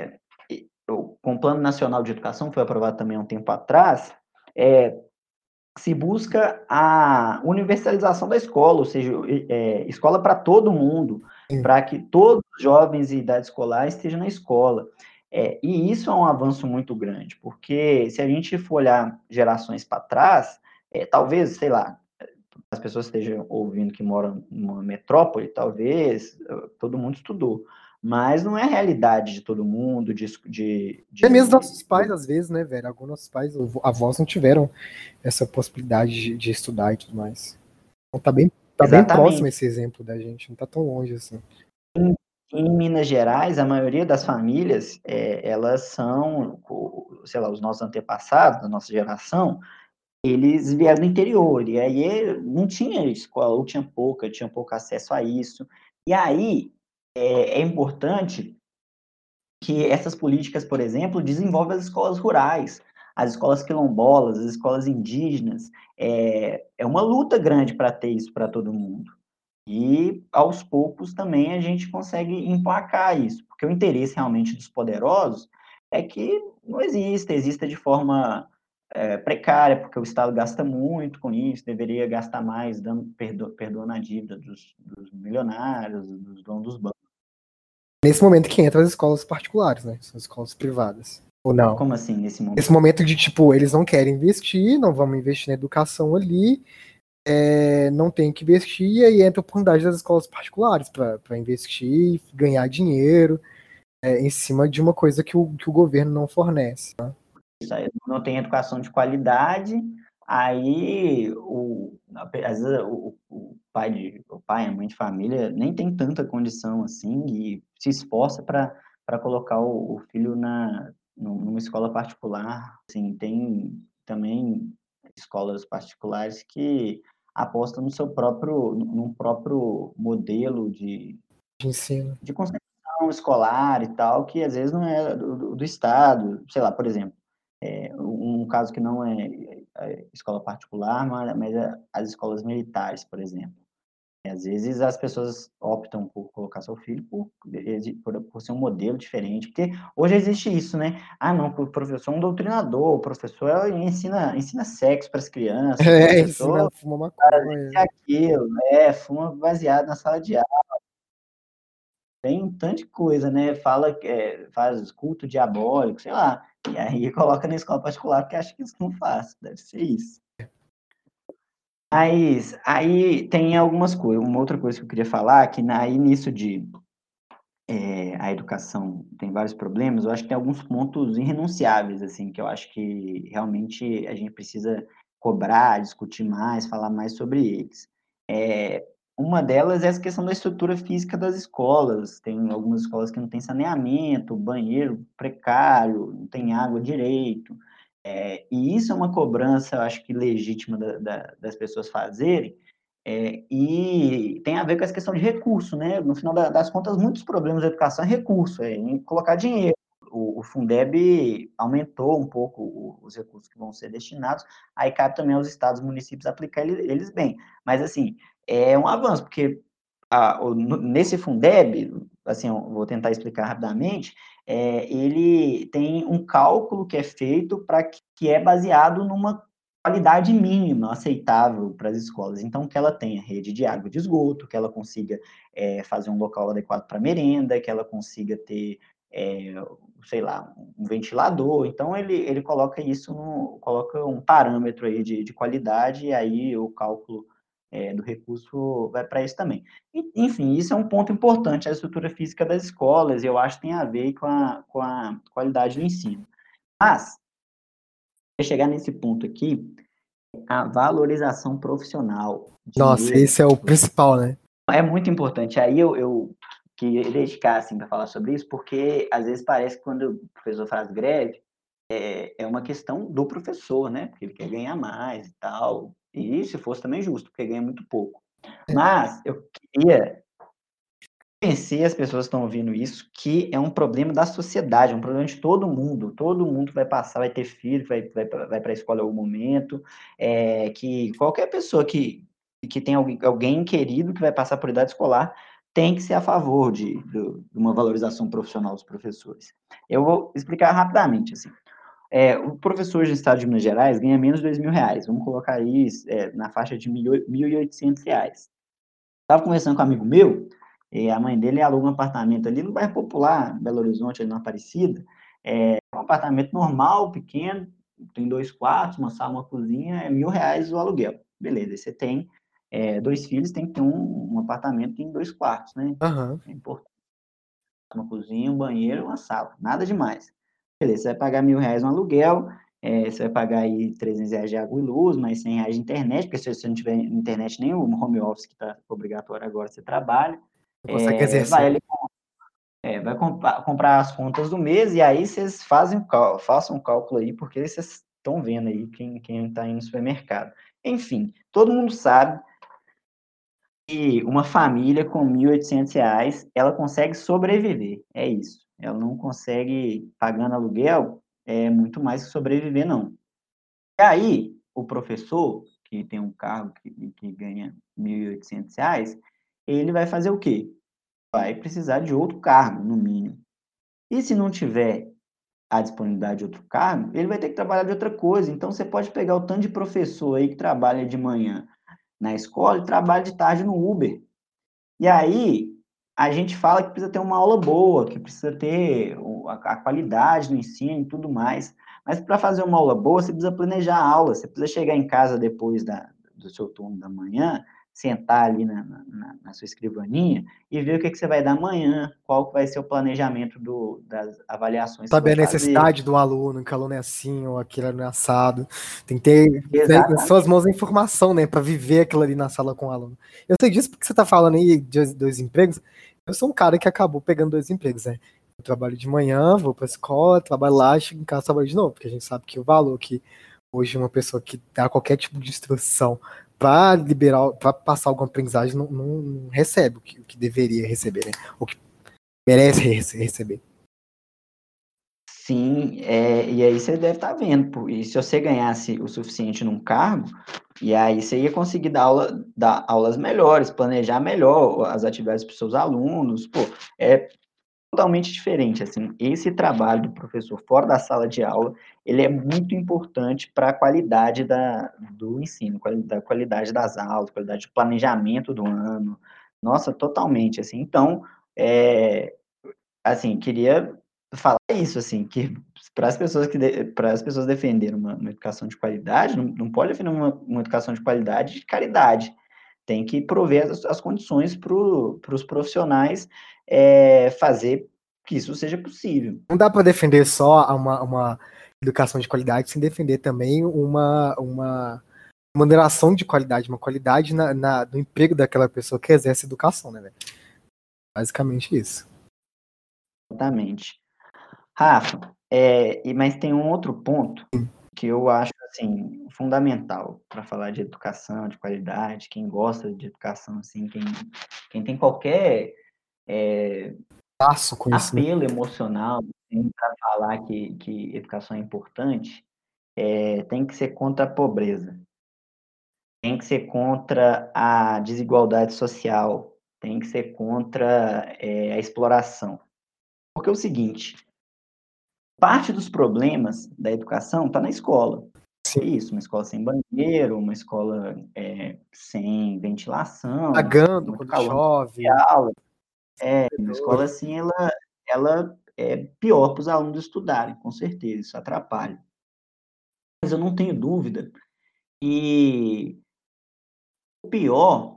[SPEAKER 3] com o Plano Nacional de Educação, foi aprovado também há um tempo atrás, se busca a universalização da escola, ou seja, escola para todo mundo,
[SPEAKER 2] Sim.
[SPEAKER 3] para que todos os jovens em idade escolar estejam na escola. E isso é um avanço muito grande, porque se a gente for olhar gerações para trás, talvez, sei lá, as pessoas estejam ouvindo que moram numa metrópole, talvez todo mundo estudou, mas não é a realidade de todo mundo,
[SPEAKER 2] Até mesmo nossos pais, às vezes, né, velho? Alguns nossos pais, avós, não tiveram essa possibilidade de estudar e tudo mais. Então tá bem próximo
[SPEAKER 3] Exatamente.
[SPEAKER 2] esse exemplo da gente, não tá tão longe assim.
[SPEAKER 3] Em Minas Gerais, a maioria das famílias, elas são, sei lá, os nossos antepassados, da nossa geração, eles vieram do interior, e aí não tinha escola, ou tinha pouco acesso a isso. E aí, é importante que essas políticas, por exemplo, desenvolvem as escolas rurais, as escolas quilombolas, as escolas indígenas. É uma luta grande para ter isso para todo mundo. E, aos poucos, também a gente consegue emplacar isso, porque o interesse realmente dos poderosos é que não exista de forma precária, porque o Estado gasta muito com isso, deveria gastar mais, perdoando a dívida dos milionários, dos donos dos bancos.
[SPEAKER 2] Nesse momento que entra as escolas particulares, né? São as escolas privadas. Ou não?
[SPEAKER 3] Como assim, nesse momento?
[SPEAKER 2] Esse momento de, tipo, eles não querem investir, não vamos investir na educação ali, não tem que investir, e aí entra a oportunidade das escolas particulares para investir, ganhar dinheiro em cima de uma coisa que o governo não fornece. Né?
[SPEAKER 3] Isso aí não tem educação de qualidade, aí às vezes o pai, a mãe de família nem tem tanta condição assim e se esforça para colocar o filho numa escola particular. Assim, tem também escolas particulares que apostam num próprio modelo
[SPEAKER 2] De ensino.
[SPEAKER 3] de concepção escolar e tal, que às vezes não é do Estado. Sei lá, por exemplo, um caso que não é escola particular, mas as escolas militares, por exemplo. Às vezes as pessoas optam por colocar seu filho por ser um modelo diferente, porque hoje existe isso, né? Ah, não, o professor é um doutrinador, o professor ensina sexo para as crianças, o
[SPEAKER 2] Ensina a
[SPEAKER 3] professor
[SPEAKER 2] fumar
[SPEAKER 3] é
[SPEAKER 2] maconha.
[SPEAKER 3] aquilo, fuma baseado na sala de aula. Tem um tanto de coisa, né? Fala que faz culto diabólico, sei lá. E aí coloca na escola particular porque acha que isso não faz. Deve ser isso. Mas aí tem algumas coisas. Uma outra coisa que eu queria falar, que aí nisso de a educação tem vários problemas, eu acho que tem alguns pontos irrenunciáveis, assim, que eu acho que realmente a gente precisa cobrar, discutir mais, falar mais sobre eles. Uma delas é essa questão da estrutura física das escolas. Tem algumas escolas que não têm saneamento, banheiro precário, não tem água direito. E isso é uma cobrança, eu acho que legítima das pessoas fazerem, e tem a ver com essa questão de recurso, né? No final das contas, muitos problemas da educação é recurso, em colocar dinheiro. O Fundeb aumentou um pouco os recursos que vão ser destinados, aí cabe também aos estados e municípios aplicar eles bem. Mas, assim, é um avanço, porque nesse Fundeb, assim, eu vou tentar explicar rapidamente, ele tem um cálculo que é feito para que é baseado numa qualidade mínima aceitável para as escolas. Então, que ela tenha rede de água e de esgoto, que ela consiga fazer um local adequado para merenda, que ela consiga ter, sei lá, um ventilador. Então, ele coloca isso, coloca um parâmetro aí de qualidade, e aí o cálculo do recurso vai para isso também. Enfim, isso é um ponto importante, a estrutura física das escolas, e eu acho que tem a ver com a qualidade do ensino. Mas, para chegar nesse ponto aqui, a valorização profissional,
[SPEAKER 2] Nossa,
[SPEAKER 3] dinheiro,
[SPEAKER 2] esse é o principal, né?
[SPEAKER 3] é muito importante. Aí eu queria dedicar, assim, para falar sobre isso, porque às vezes parece que quando o professor faz greve, é uma questão do professor, né? Porque ele quer ganhar mais e tal. E se fosse também justo, porque ganha muito pouco. Mas eu queria convencer as pessoas que estão ouvindo isso que é um problema da sociedade, é um problema de todo mundo vai passar, vai ter filho, vai para a escola em algum momento, que qualquer pessoa que tem alguém querido que vai passar por idade escolar tem que ser a favor de uma valorização profissional dos professores. Eu vou explicar rapidamente, assim. O professor de estado de Minas Gerais ganha menos de R$ 2.000. Vamos colocar aí na faixa de R$ 1.800. Estava conversando com um amigo meu, e a mãe dele alugou um apartamento ali no bairro Popular, Belo Horizonte, ali na Aparecida. É um apartamento normal, pequeno, tem 2 quartos, uma sala, uma cozinha, é R$ 1.000 o aluguel. Beleza, aí você tem 2 filhos, tem que ter um apartamento em 2 quartos, né?
[SPEAKER 2] Aham.
[SPEAKER 3] É importante. Uma cozinha, um banheiro, uma sala, nada demais. Beleza, você vai pagar R$ 1.000 no aluguel, você vai pagar aí R$ 300 de água e luz, mais R$ 100 de internet, porque se você não tiver internet nem o home office, que está obrigatório agora, você trabalha.
[SPEAKER 2] Não consegue
[SPEAKER 3] Vai
[SPEAKER 2] exercer.
[SPEAKER 3] ali, vai comprar as contas do mês, e aí vocês façam um cálculo aí, porque vocês estão vendo aí quem está indo no supermercado. Enfim, todo mundo sabe que uma família com R$ 1.800, ela consegue sobreviver, é isso. Ela não consegue, pagando aluguel, muito mais que sobreviver, não. E aí, o professor, que tem um cargo que ganha R$ 1.800, ele vai fazer o quê? Vai precisar de outro cargo, no mínimo. E se não tiver a disponibilidade de outro cargo, ele vai ter que trabalhar de outra coisa. Então, você pode pegar o tanto de professor aí que trabalha de manhã na escola e trabalha de tarde no Uber. E aí, a gente fala que precisa ter uma aula boa, que precisa ter a qualidade no ensino e tudo mais. Mas para fazer uma aula boa, você precisa planejar a aula, você precisa chegar em casa depois do seu turno da manhã, sentar ali na sua escrivaninha e ver o que você vai dar amanhã, qual que vai ser o planejamento das avaliações que você
[SPEAKER 2] Saber
[SPEAKER 3] vai
[SPEAKER 2] a
[SPEAKER 3] fazer.
[SPEAKER 2] necessidade do aluno, que o aluno é assim ou aquilo é assado. Tem que ter em suas
[SPEAKER 3] Exatamente.
[SPEAKER 2] mãos a informação, né, para viver aquilo ali na sala com o aluno. Eu sei disso porque você tá falando aí de 2 empregos. Eu sou um cara que acabou pegando 2 empregos, né? Eu trabalho de manhã, vou pra escola, trabalho lá, chego em casa, trabalho de novo, porque a gente sabe que o valor que hoje uma pessoa que dá qualquer tipo de instrução para liberar, para passar alguma aprendizagem, não recebe o que deveria receber, né? O que merece receber.
[SPEAKER 3] Sim, e aí você deve estar vendo, e se você ganhasse o suficiente num cargo, e aí você ia conseguir dar aulas melhores, planejar melhor as atividades para os seus alunos, é totalmente diferente, assim, esse trabalho do professor fora da sala de aula, ele é muito importante para a qualidade do ensino, da qualidade das aulas, qualidade do planejamento do ano, nossa, totalmente, assim, então, assim, queria falar isso, assim, que para as pessoas defenderem uma educação de qualidade, não pode defender uma educação de qualidade de caridade. Tem que prover as condições para os profissionais fazer que isso seja possível.
[SPEAKER 2] Não dá para defender só uma educação de qualidade sem defender também uma moderação de qualidade, uma qualidade no emprego daquela pessoa que exerce educação, né, velho? Basicamente isso.
[SPEAKER 3] Exatamente. Rafa, mas tem um outro ponto que eu acho assim fundamental para falar de educação de qualidade. Quem gosta de educação, assim, quem tem qualquer
[SPEAKER 2] Passo com isso, né?
[SPEAKER 3] apelo emocional para falar que educação é importante, tem que ser contra a pobreza, tem que ser contra a desigualdade social, tem que ser contra a exploração. Porque é o seguinte, parte dos problemas da educação está na escola. É
[SPEAKER 2] Sim.
[SPEAKER 3] isso, uma escola sem banheiro, uma escola sem ventilação,
[SPEAKER 2] Pagando
[SPEAKER 3] muito
[SPEAKER 2] quando
[SPEAKER 3] calor de
[SPEAKER 2] chove.
[SPEAKER 3] aula. Uma escola assim, ela é pior para os alunos estudarem, com certeza, isso atrapalha. Mas eu não tenho dúvida que o pior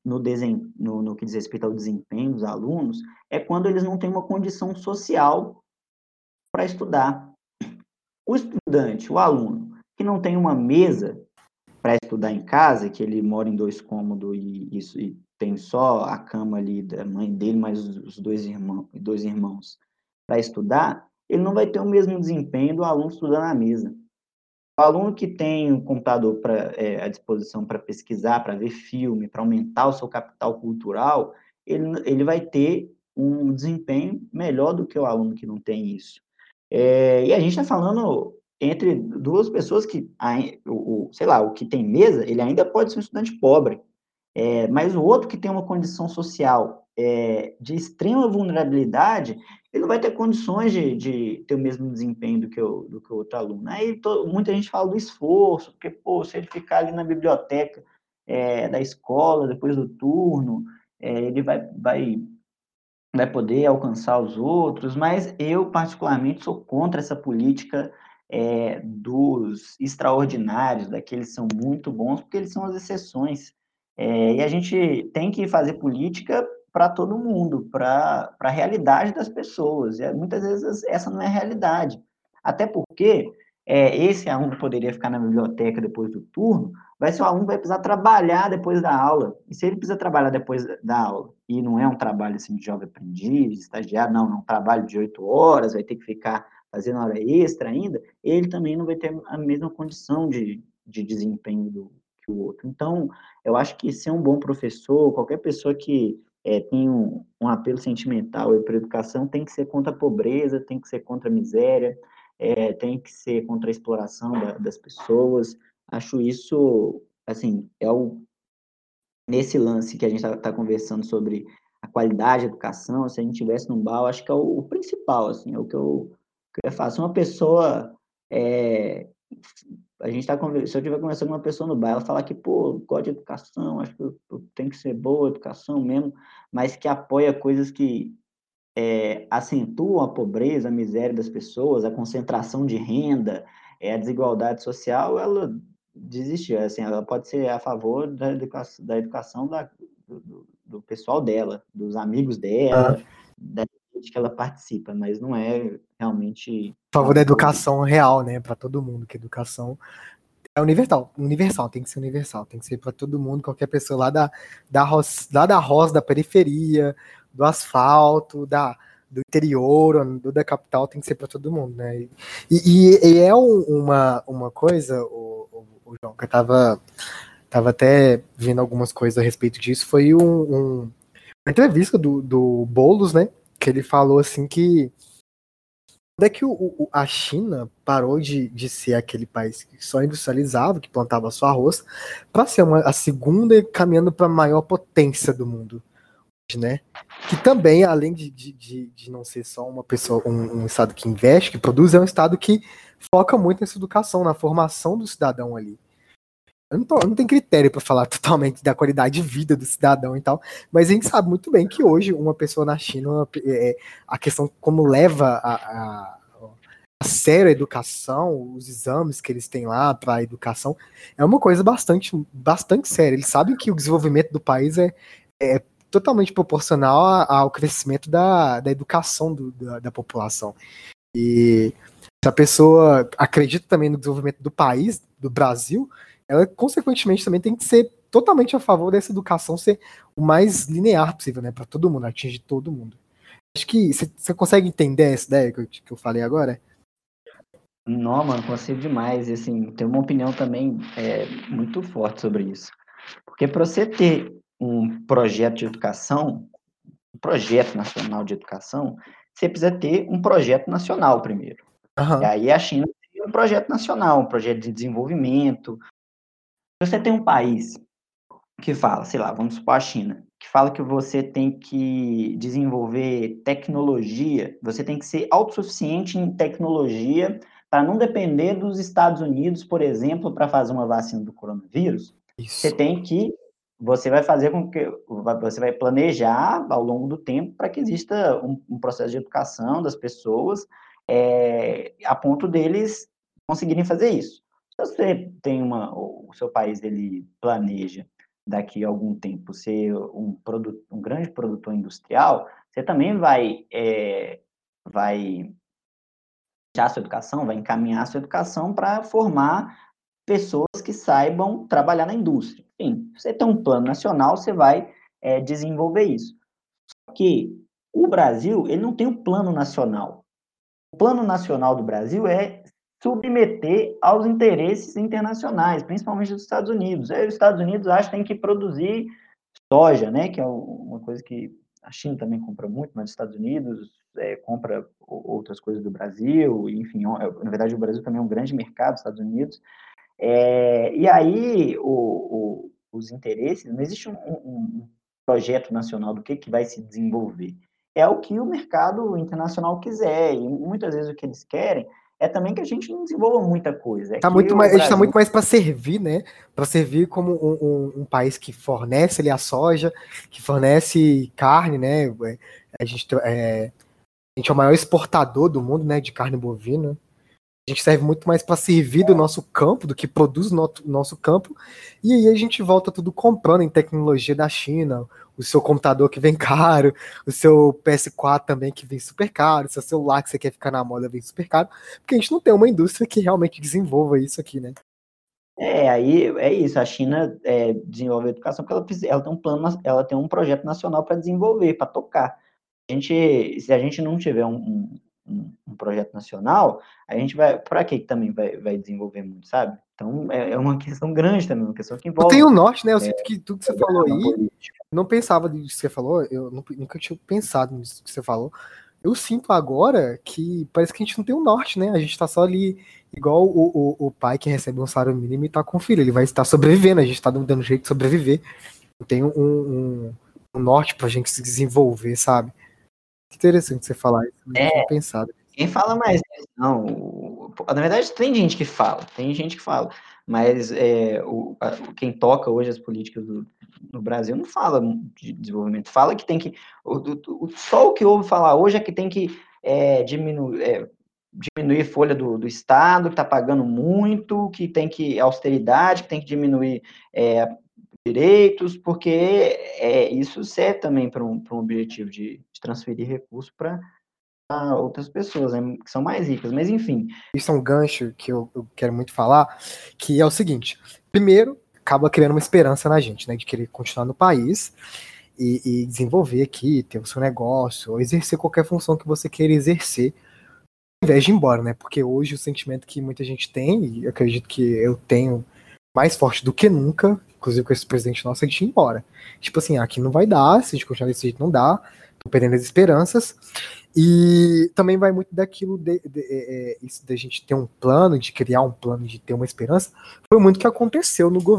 [SPEAKER 3] no que diz respeito ao desempenho dos alunos é quando eles não têm uma condição social para estudar. O estudante, o aluno, que não tem uma mesa para estudar em casa, que ele mora em 2 cômodos e tem só a cama ali da mãe dele, mais os dois irmãos para estudar, ele não vai ter o mesmo desempenho do aluno estudando à mesa. O aluno que tem um computador à disposição para pesquisar, para ver filme, para aumentar o seu capital cultural, ele vai ter um desempenho melhor do que o aluno que não tem isso. E a gente está falando entre duas pessoas que, sei lá, o que tem mesa, ele ainda pode ser um estudante pobre, mas o outro que tem uma condição social de extrema vulnerabilidade, ele não vai ter condições de ter o mesmo desempenho do que o outro aluno. Aí muita gente fala do esforço, porque, pô, se ele ficar ali na biblioteca da escola, depois do turno, ele vai poder alcançar os outros, mas eu, particularmente, sou contra essa política dos extraordinários, daqueles que são muito bons, porque eles são as exceções. E a gente tem que fazer política para todo mundo, para a realidade das pessoas. E muitas vezes essa não é a realidade. Até porque esse aluno que poderia ficar na biblioteca depois do turno, vai ser o aluno que vai precisar trabalhar depois da aula. E se ele precisa trabalhar depois da aula, e não é um trabalho assim de jovem aprendiz, de estagiário, não, é um trabalho de 8 horas, vai ter que ficar fazendo hora extra ainda, ele também não vai ter a mesma condição de desempenho que o outro. Então, eu acho que ser um bom professor, qualquer pessoa que tem um apelo sentimental para a educação, tem que ser contra a pobreza, tem que ser contra a miséria, tem que ser contra a exploração das pessoas. Acho isso, assim, nesse lance que a gente está conversando sobre a qualidade da educação, se a gente tivesse num bar, eu acho que é o principal, assim, é o que eu faço. Uma pessoa, a gente está conversando, se eu estiver conversando com uma pessoa no bar, ela falar que, pô, gosto de educação, acho que tem que ser boa educação mesmo, mas que apoia coisas que acentuam a pobreza, a miséria das pessoas, a concentração de renda, a desigualdade social, ela desistiu. Assim, ela pode ser a favor da educação do pessoal dela, dos amigos
[SPEAKER 2] Ah,
[SPEAKER 3] dela, da gente que ela participa, mas não é realmente
[SPEAKER 2] a
[SPEAKER 3] a
[SPEAKER 2] favor da
[SPEAKER 3] favor do...
[SPEAKER 2] educação real, né, para todo mundo, que educação é universal, universal, tem que ser universal, tem que ser para todo mundo, qualquer pessoa lá da roça, da periferia, do asfalto, do interior, do da capital, tem que ser para todo mundo, né? E é uma coisa, o João, que eu tava até vendo algumas coisas a respeito disso, foi uma entrevista do Boulos, né? Que ele falou assim que quando é que a China parou de ser aquele país que só industrializava, que plantava só arroz, para ser a segunda e caminhando para a maior potência do mundo, né? Que também, além de não ser só uma pessoa, um estado que investe, que produz, é um estado que foca muito nessa educação, na formação do cidadão ali. Eu não tenho critério para falar totalmente da qualidade de vida do cidadão e tal, mas a gente sabe muito bem que hoje uma pessoa na China, a questão como leva a sério a educação, os exames que eles têm lá para a educação, é uma coisa bastante séria. Eles sabem que o desenvolvimento do país é totalmente proporcional ao crescimento da educação da população. E se a pessoa acredita também no desenvolvimento do país, do Brasil, ela consequentemente também tem que ser totalmente a favor dessa educação ser o mais linear possível, né, para todo mundo, atingir todo mundo. Acho que você consegue entender essa ideia que eu falei agora?
[SPEAKER 3] Não, mano, consigo demais. E, assim, tenho uma opinião também muito forte sobre isso. Porque para você ter um projeto de educação, um projeto nacional de educação, você precisa ter um projeto nacional primeiro. E
[SPEAKER 2] Aham.
[SPEAKER 3] aí a China tem um projeto nacional, um projeto de desenvolvimento. Se você tem um país que fala, sei lá, vamos supor a China, que fala que você tem que desenvolver tecnologia, você tem que ser autossuficiente em tecnologia para não depender dos Estados Unidos, por exemplo, para fazer uma vacina do coronavírus, você
[SPEAKER 2] Isso.
[SPEAKER 3] tem que você vai fazer com que você vai planejar ao longo do tempo para que exista um processo de educação das pessoas a ponto deles conseguirem fazer isso. Se você tem o seu país ele planeja daqui a algum tempo ser um grande produtor industrial, você também vai a sua educação, vai encaminhar a sua educação para formar pessoas que saibam trabalhar na indústria. Enfim, você tem um plano nacional, você vai desenvolver isso. Só que o Brasil, ele não tem um plano nacional. O plano nacional do Brasil é submeter aos interesses internacionais, principalmente dos Estados Unidos. Aí os Estados Unidos acham que tem que produzir soja, né, que é uma coisa que a China também compra muito, mas os Estados Unidos compra outras coisas do Brasil, enfim, na verdade o Brasil também é um grande mercado dos Estados Unidos, e aí os interesses, não existe projeto nacional do que vai se desenvolver. É o que o mercado internacional quiser, e muitas vezes o que eles querem é também que a gente não desenvolva muita coisa. É
[SPEAKER 2] Tá
[SPEAKER 3] que
[SPEAKER 2] muito
[SPEAKER 3] o
[SPEAKER 2] mais, a gente tá
[SPEAKER 3] Brasil
[SPEAKER 2] muito mais para servir, né? Para servir como um país que fornece ali a soja, que fornece carne, né? A gente é o maior exportador do mundo, né? De carne bovina. A gente serve muito mais para servir do nosso campo do que produz no nosso campo. E aí a gente volta tudo comprando em tecnologia da China, o seu computador que vem caro, o seu PS4 também que vem super caro, o seu celular que você quer ficar na moda vem super caro, porque a gente não tem uma indústria que realmente desenvolva isso aqui, né?
[SPEAKER 3] aí é isso, a China desenvolve a educação porque ela tem um plano, ela tem um projeto nacional para desenvolver, para tocar. Se a gente não tiver um projeto nacional, a gente vai, para que também vai desenvolver muito, sabe? Então, é uma questão grande também, uma questão que
[SPEAKER 2] Eu tenho
[SPEAKER 3] envolve
[SPEAKER 2] o norte, né? Eu sinto que tudo que você falou
[SPEAKER 3] programa
[SPEAKER 2] aí,
[SPEAKER 3] político.
[SPEAKER 2] não pensava nisso que você falou, eu nunca tinha pensado nisso que você falou. Eu sinto agora que parece que a gente não tem um norte, né? A gente tá só ali, igual o pai que recebe um salário mínimo e tá com o filho. Ele vai estar sobrevivendo, a gente tá dando jeito de sobreviver. Não tem um norte pra gente se desenvolver, sabe? Interessante você falar isso, eu não
[SPEAKER 3] É,
[SPEAKER 2] tinha pensado.
[SPEAKER 3] quem fala mais nisso? Não, na verdade tem gente que fala, mas quem toca hoje as políticas no Brasil não fala de desenvolvimento, fala que tem que, só o que ouve falar hoje é que tem que diminuir a folha do Estado, que está pagando muito, que tem que austeridade, que tem que diminuir direitos, porque isso serve também para um objetivo de transferir recursos para outras pessoas, né, que são mais ricas, mas enfim.
[SPEAKER 2] Isso é um gancho que eu quero muito falar, que é o seguinte: primeiro, acaba criando uma esperança na gente, né, de querer continuar no país e desenvolver aqui, ter o seu negócio, ou exercer qualquer função que você queira exercer, ao invés de ir embora, né? Porque hoje o sentimento que muita gente tem, e eu acredito que eu tenho mais forte do que nunca, inclusive com esse presidente nosso, é de ir embora. Tipo assim, aqui não vai dar, se a gente continuar desse jeito não dá, tô perdendo as esperanças. E também vai muito daquilo isso da gente ter um plano, de criar um plano, de ter uma esperança. Foi muito que aconteceu no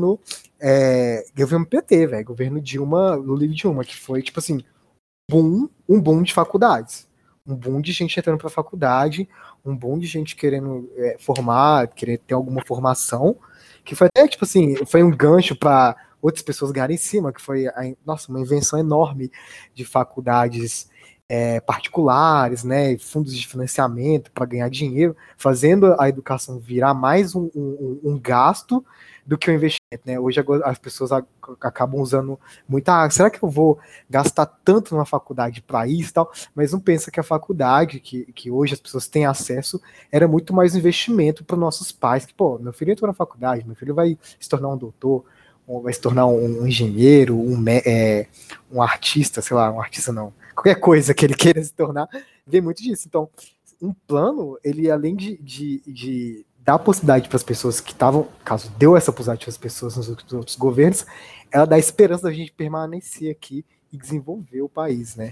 [SPEAKER 2] governo PT, velho, governo Dilma, Lula e Dilma, que foi tipo assim, um boom de faculdades, um boom de gente entrando para faculdade, um boom de gente querendo formar, querer ter alguma formação, que foi até tipo assim, foi um gancho para outras pessoas ganharem em cima, que foi nossa, uma invenção enorme de faculdades particulares, né, fundos de financiamento para ganhar dinheiro, fazendo a educação virar mais um gasto do que um investimento, né? Hoje as pessoas acabam usando muita. Será que eu vou gastar tanto numa faculdade para isso e tal? Mas não pensa que a faculdade, que hoje as pessoas têm acesso, era muito mais um investimento para nossos pais. Que, pô, meu filho entrou na faculdade, meu filho vai se tornar um doutor, ou vai se tornar um engenheiro, um artista, sei lá, um artista não qualquer coisa que ele queira se tornar, vem muito disso. Então, um plano, ele além de dar a possibilidade para as pessoas que estavam, caso deu essa possibilidade para as pessoas nos outros governos, ela dá esperança da gente permanecer aqui e desenvolver o país, né?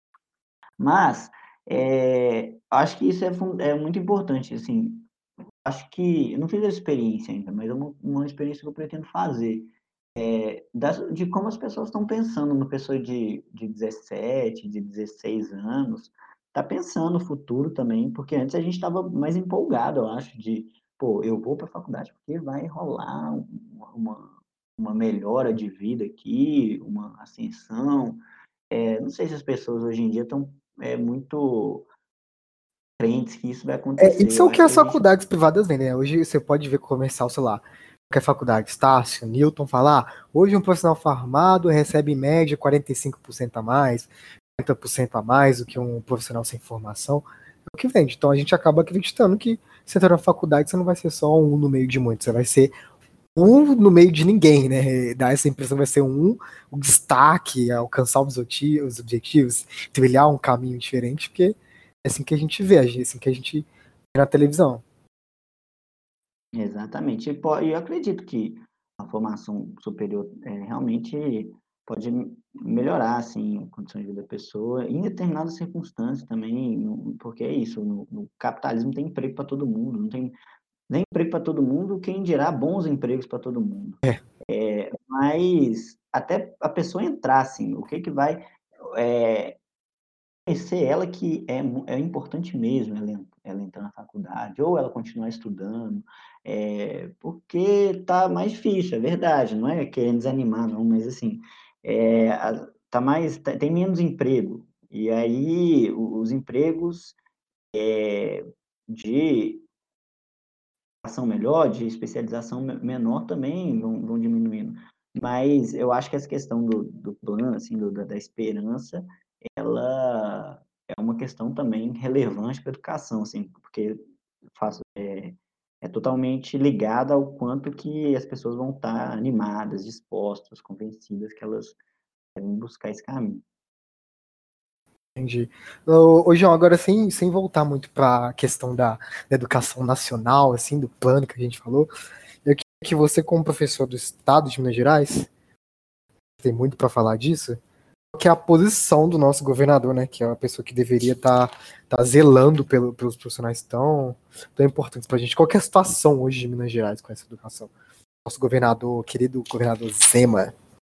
[SPEAKER 3] Mas acho que isso é muito importante, assim, acho que, eu não fiz a experiência ainda, mas é uma experiência que eu pretendo fazer, de como as pessoas estão pensando, uma pessoa de 17, de 16 anos, está pensando no futuro também, porque antes a gente estava mais empolgado, eu acho, pô, eu vou para a faculdade porque vai rolar uma melhora de vida aqui, uma ascensão. Não sei se as pessoas hoje em dia estão muito crentes que isso vai acontecer.
[SPEAKER 2] Isso é
[SPEAKER 3] Eu
[SPEAKER 2] o que
[SPEAKER 3] acho que
[SPEAKER 2] as
[SPEAKER 3] a gente.
[SPEAKER 2] faculdades privadas vendem, né? Hoje você pode ver comercial, sei lá, qualquer faculdade, Estácio, Newton, falar, hoje um profissional formado recebe em média 45% a mais, 50% a mais do que um profissional sem formação. É o que vende. Então a gente acaba acreditando que você entrar na faculdade, você não vai ser só um no meio de muitos, você vai ser um no meio de ninguém, né? Dá essa impressão, vai ser o destaque, alcançar os objetivos, trilhar um caminho diferente, porque é assim que a gente vê, é assim que a gente vê na televisão.
[SPEAKER 3] Exatamente. E eu acredito que a formação superior realmente pode melhorar assim, a condição de vida da pessoa, em determinadas circunstâncias também, porque é isso, no capitalismo tem emprego para todo mundo, não tem nem emprego para todo mundo, quem dirá bons empregos para todo mundo.
[SPEAKER 2] É.
[SPEAKER 3] Mas até a pessoa entrar, assim, o que vai conhecer ela que é importante mesmo ela entrar na faculdade, ou ela continuar estudando, porque tá mais difícil, é verdade, não é querendo desanimar, não, mas assim, tem menos emprego, e aí os empregos de ação melhor, de especialização menor também vão diminuindo. Mas eu acho que essa questão do plano, assim, da esperança, ela é uma questão também relevante para a educação, assim, porque é totalmente ligada ao quanto que as pessoas vão estar animadas, dispostas, convencidas que elas devem buscar esse caminho.
[SPEAKER 2] Entendi. Ô, João, agora sem voltar muito para a questão da educação nacional, assim, do plano que a gente falou, eu queria que você, como professor do Estado de Minas Gerais, tem muito para falar disso, que é a posição do nosso governador, né, que é uma pessoa que deveria estar zelando pelos profissionais tão importantes para a gente. Qual que é a situação hoje de Minas Gerais com essa educação? Nosso governador, querido governador Zema.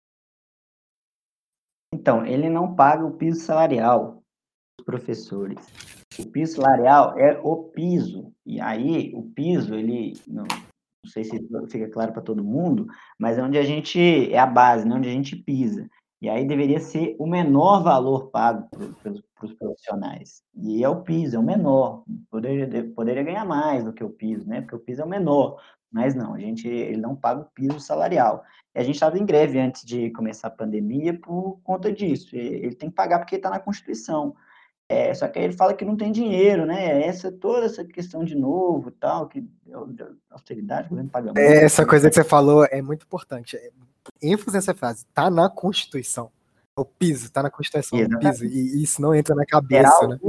[SPEAKER 3] Então, ele não paga o piso salarial dos professores. O piso salarial é o piso. E aí, o piso, ele, não sei se fica claro para todo mundo, mas é onde a gente, é a base, né, onde a gente pisa. E aí deveria ser o menor valor pago para os profissionais. E é o piso, é o menor. Poderia ganhar mais do que o piso, né? Porque o piso é o menor. Mas não, ele não paga o piso salarial. E a gente estava em greve antes de começar a pandemia por conta disso. Ele tem que pagar porque está na Constituição. Só que aí ele fala que não tem dinheiro, né? Toda essa questão de novo e tal, que austeridade, o governo paga muito.
[SPEAKER 2] Essa coisa que você falou é muito importante. ênfase nessa frase, tá na Constituição. O piso, tá na Constituição, o piso, e isso não entra na cabeça, né?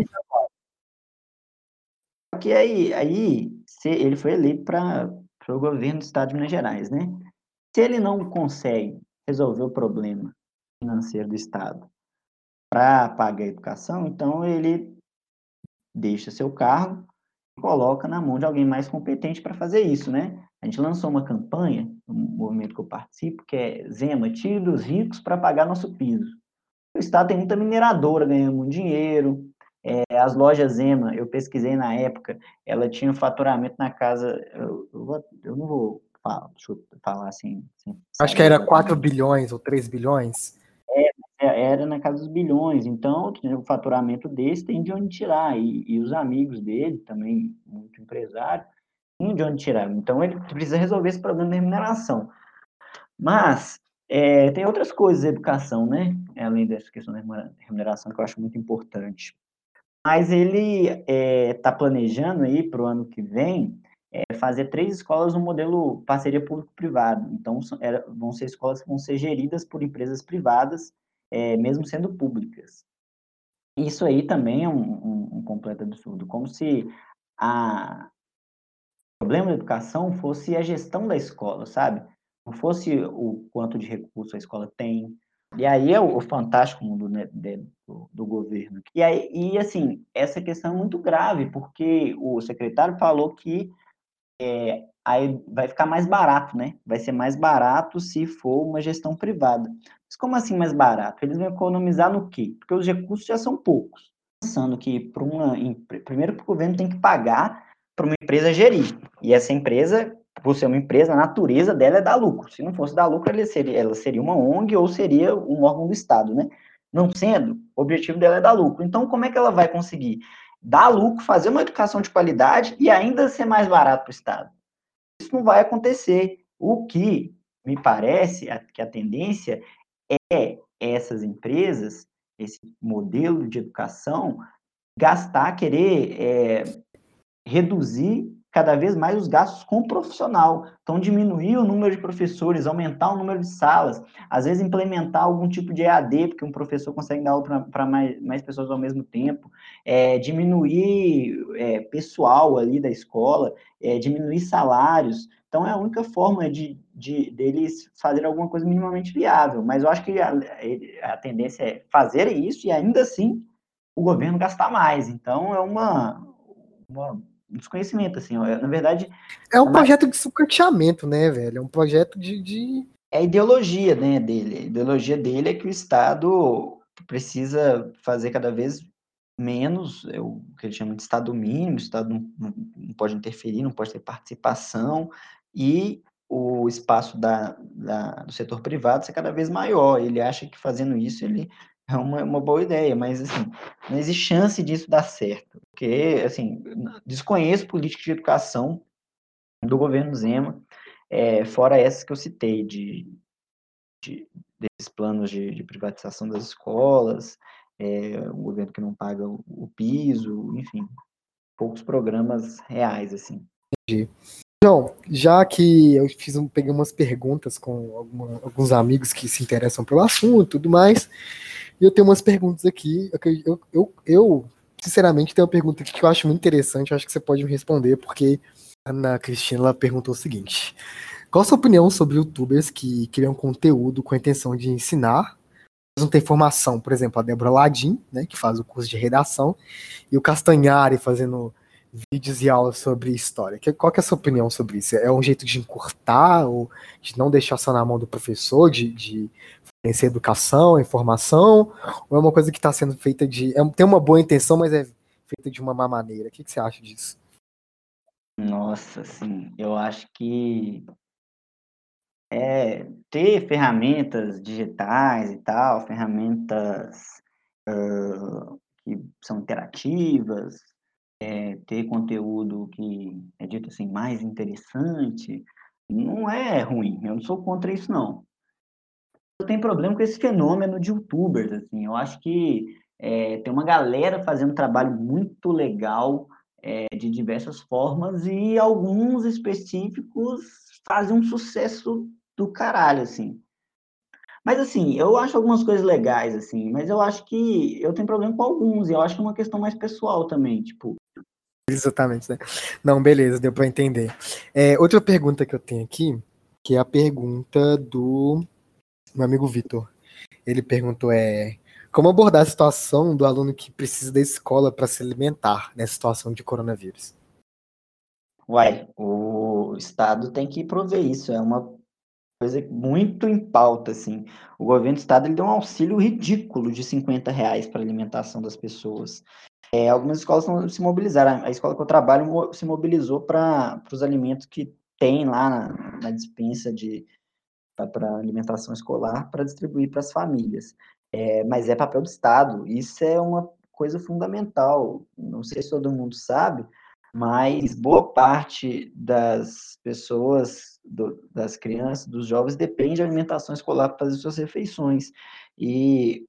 [SPEAKER 3] Porque aí ele foi eleito para o governo do estado de Minas Gerais, né? Se ele não consegue resolver o problema financeiro do estado para pagar a educação, então ele deixa seu cargo e coloca na mão de alguém mais competente para fazer isso, né? A gente lançou uma campanha, um movimento que eu participo, que é Zema, tire dos ricos para pagar nosso piso. O estado tem muita mineradora ganhando muito dinheiro. As lojas Zema, eu pesquisei na época, ela tinha um faturamento na casa, eu não vou falar, deixa eu falar assim.
[SPEAKER 2] Acho que era 4 bilhões ou 3 bilhões.
[SPEAKER 3] Era na casa dos bilhões, então o faturamento desse tem de onde tirar, e os amigos dele, também muito empresário, tem de onde tirar. Então ele precisa resolver esse problema da remuneração. Mas tem outras coisas da educação, né? Além dessa questão da remuneração, que eu acho muito importante. Mas ele está planejando aí para o ano que vem fazer 3 escolas no modelo parceria público-privado. Então, vão ser escolas que vão ser geridas por empresas privadas, mesmo sendo públicas. Isso aí também é um completo absurdo, como se o problema da educação fosse a gestão da escola, sabe? Não fosse o quanto de recurso a escola tem. E aí é o fantástico mundo, né, do governo. E assim, essa questão é muito grave, porque o secretário falou que aí vai ficar mais barato, né? Vai ser mais barato se for uma gestão privada. Mas como assim mais barato? Eles vão economizar no quê? Porque os recursos já são poucos. Pensando que primeiro o governo tem que pagar para uma empresa gerir. E essa empresa, por ser uma empresa, a natureza dela é dar lucro. Se não fosse dar lucro, ela seria uma ONG ou seria um órgão do Estado, né? Não sendo, o objetivo dela é dar lucro. Então, como é que ela vai conseguir dar lucro, fazer uma educação de qualidade e ainda ser mais barato para o Estado? Isso não vai acontecer. O que me parece que a tendência é essas empresas, esse modelo de educação, querer reduzir cada vez mais os gastos com o profissional. Então, diminuir o número de professores, aumentar o número de salas, às vezes implementar algum tipo de EAD, porque um professor consegue dar aula para mais pessoas ao mesmo tempo, diminuir pessoal ali da escola, diminuir salários. Então, é a única forma deles fazerem alguma coisa minimamente viável. Mas eu acho que a tendência é fazer isso e, ainda assim, o governo gastar mais. Então, é um desconhecimento, assim, na verdade...
[SPEAKER 2] É um projeto de sucateamento, né, velho? É um projeto de
[SPEAKER 3] é a ideologia, né, dele. A ideologia dele é que o Estado precisa fazer cada vez menos, o que ele chama de Estado mínimo, o Estado não pode interferir, não pode ter participação, e o espaço do setor privado ser cada vez maior. Ele acha que fazendo isso ele é uma boa ideia, mas assim, não existe chance disso dar certo, porque assim, desconheço política de educação do governo Zema, fora essas que eu citei, desses planos de privatização das escolas, um governo que não paga o piso, enfim, poucos programas reais, assim.
[SPEAKER 2] Então, já que eu peguei umas perguntas com alguns amigos que se interessam pelo assunto e tudo mais, e eu tenho umas perguntas aqui. Eu, sinceramente, tenho uma pergunta aqui que eu acho muito interessante, eu acho que você pode me responder, porque a Ana Cristina ela perguntou o seguinte: qual a sua opinião sobre youtubers que criam conteúdo com a intenção de ensinar, mas não tem formação? Por exemplo, a Débora Ladim, né, que faz o curso de redação, e o Castanhari fazendo vídeos e aulas sobre história. Qual que é a sua opinião sobre isso? É um jeito de encurtar ou de não deixar só na mão do professor, de fornecer educação, informação, ou é uma coisa que está sendo feita tem uma boa intenção, mas é feita de uma má maneira? O que você acha disso?
[SPEAKER 3] Nossa, assim, eu acho que ter ferramentas digitais e tal, ferramentas que são interativas, ter conteúdo que é dito assim, mais interessante, não é ruim, eu não sou contra isso, não. Eu tenho problema com esse fenômeno de youtubers, assim, eu acho que tem uma galera fazendo um trabalho muito legal, de diversas formas, e alguns específicos fazem um sucesso do caralho, assim. Mas, assim, eu acho algumas coisas legais, assim, mas eu acho que eu tenho problema com alguns, e eu acho que é uma questão mais pessoal também, tipo.
[SPEAKER 2] Exatamente, né? Não, beleza, deu para entender. Outra pergunta que eu tenho aqui, que é a pergunta do meu amigo Vitor. Ele perguntou como abordar a situação do aluno que precisa da escola para se alimentar nessa situação de coronavírus?
[SPEAKER 3] Uai, o Estado tem que prover isso, é uma coisa muito em pauta, assim. O governo do Estado ele deu um auxílio ridículo de R$ 50 para a alimentação das pessoas. Algumas escolas se mobilizaram, a escola que eu trabalho se mobilizou para os alimentos que tem lá na dispensa para alimentação escolar para distribuir para as famílias. Mas é papel do Estado, isso é uma coisa fundamental. Não sei se todo mundo sabe, mas boa parte das pessoas, das crianças, dos jovens, depende da alimentação escolar para fazer suas refeições. E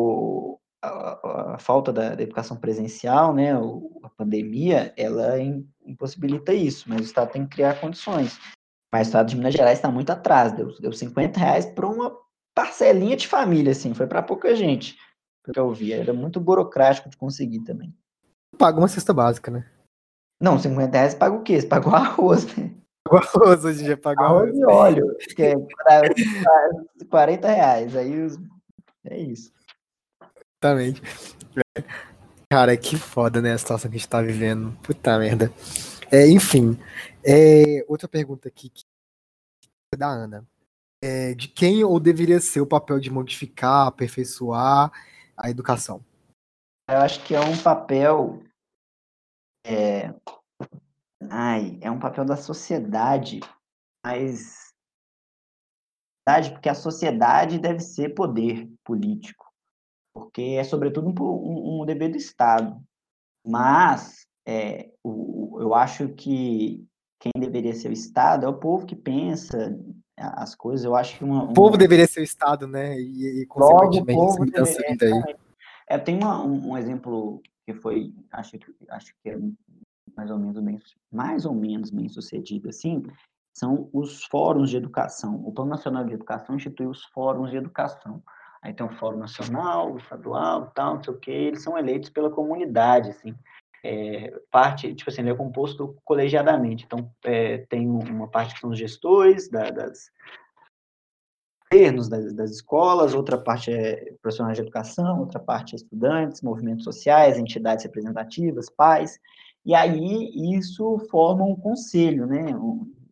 [SPEAKER 3] a falta da educação presencial, né, a pandemia, ela impossibilita isso, mas o Estado tem que criar condições. Mas o Estado de Minas Gerais está muito atrás, deu R$ 50 para uma parcelinha de família, assim, foi para pouca gente, pelo que eu vi, era muito burocrático de conseguir também.
[SPEAKER 2] Paga uma cesta básica, né?
[SPEAKER 3] Não, R$ 50 paga o quê? Você paga o arroz, né?
[SPEAKER 2] Paga o arroz, hoje em dia paga o
[SPEAKER 3] Arroz
[SPEAKER 2] arroz.
[SPEAKER 3] e óleo, que é R$ 40, aí é isso.
[SPEAKER 2] Exatamente. Cara, que foda, né, a situação que a gente tá vivendo. Puta merda. Enfim, outra pergunta aqui que é da Ana. De quem ou deveria ser o papel de modificar, aperfeiçoar a educação?
[SPEAKER 3] Eu acho que é um papel, é, é um papel da sociedade, mas porque a sociedade deve ser poder político, porque é sobretudo um dever do Estado. Mas eu acho que quem deveria ser o Estado é o povo que pensa as coisas. Eu acho que
[SPEAKER 2] O povo deveria ser o Estado, né? E
[SPEAKER 3] logo o
[SPEAKER 2] consequentemente, essa
[SPEAKER 3] povo
[SPEAKER 2] mudança
[SPEAKER 3] deveria.
[SPEAKER 2] vindo aí.
[SPEAKER 3] Tem um exemplo que foi, acho que é mais ou menos bem sucedido, assim, são os fóruns de educação. O Plano Nacional de Educação institui os fóruns de educação. Aí tem o Fórum Nacional, o Estadual, tal, não sei o quê, eles são eleitos pela comunidade, assim. Tipo assim, ele é composto colegiadamente. Então, tem uma parte que são os gestores das governos, das escolas, outra parte é profissionais de educação, outra parte é estudantes, movimentos sociais, entidades representativas, pais, e aí isso forma um conselho, né?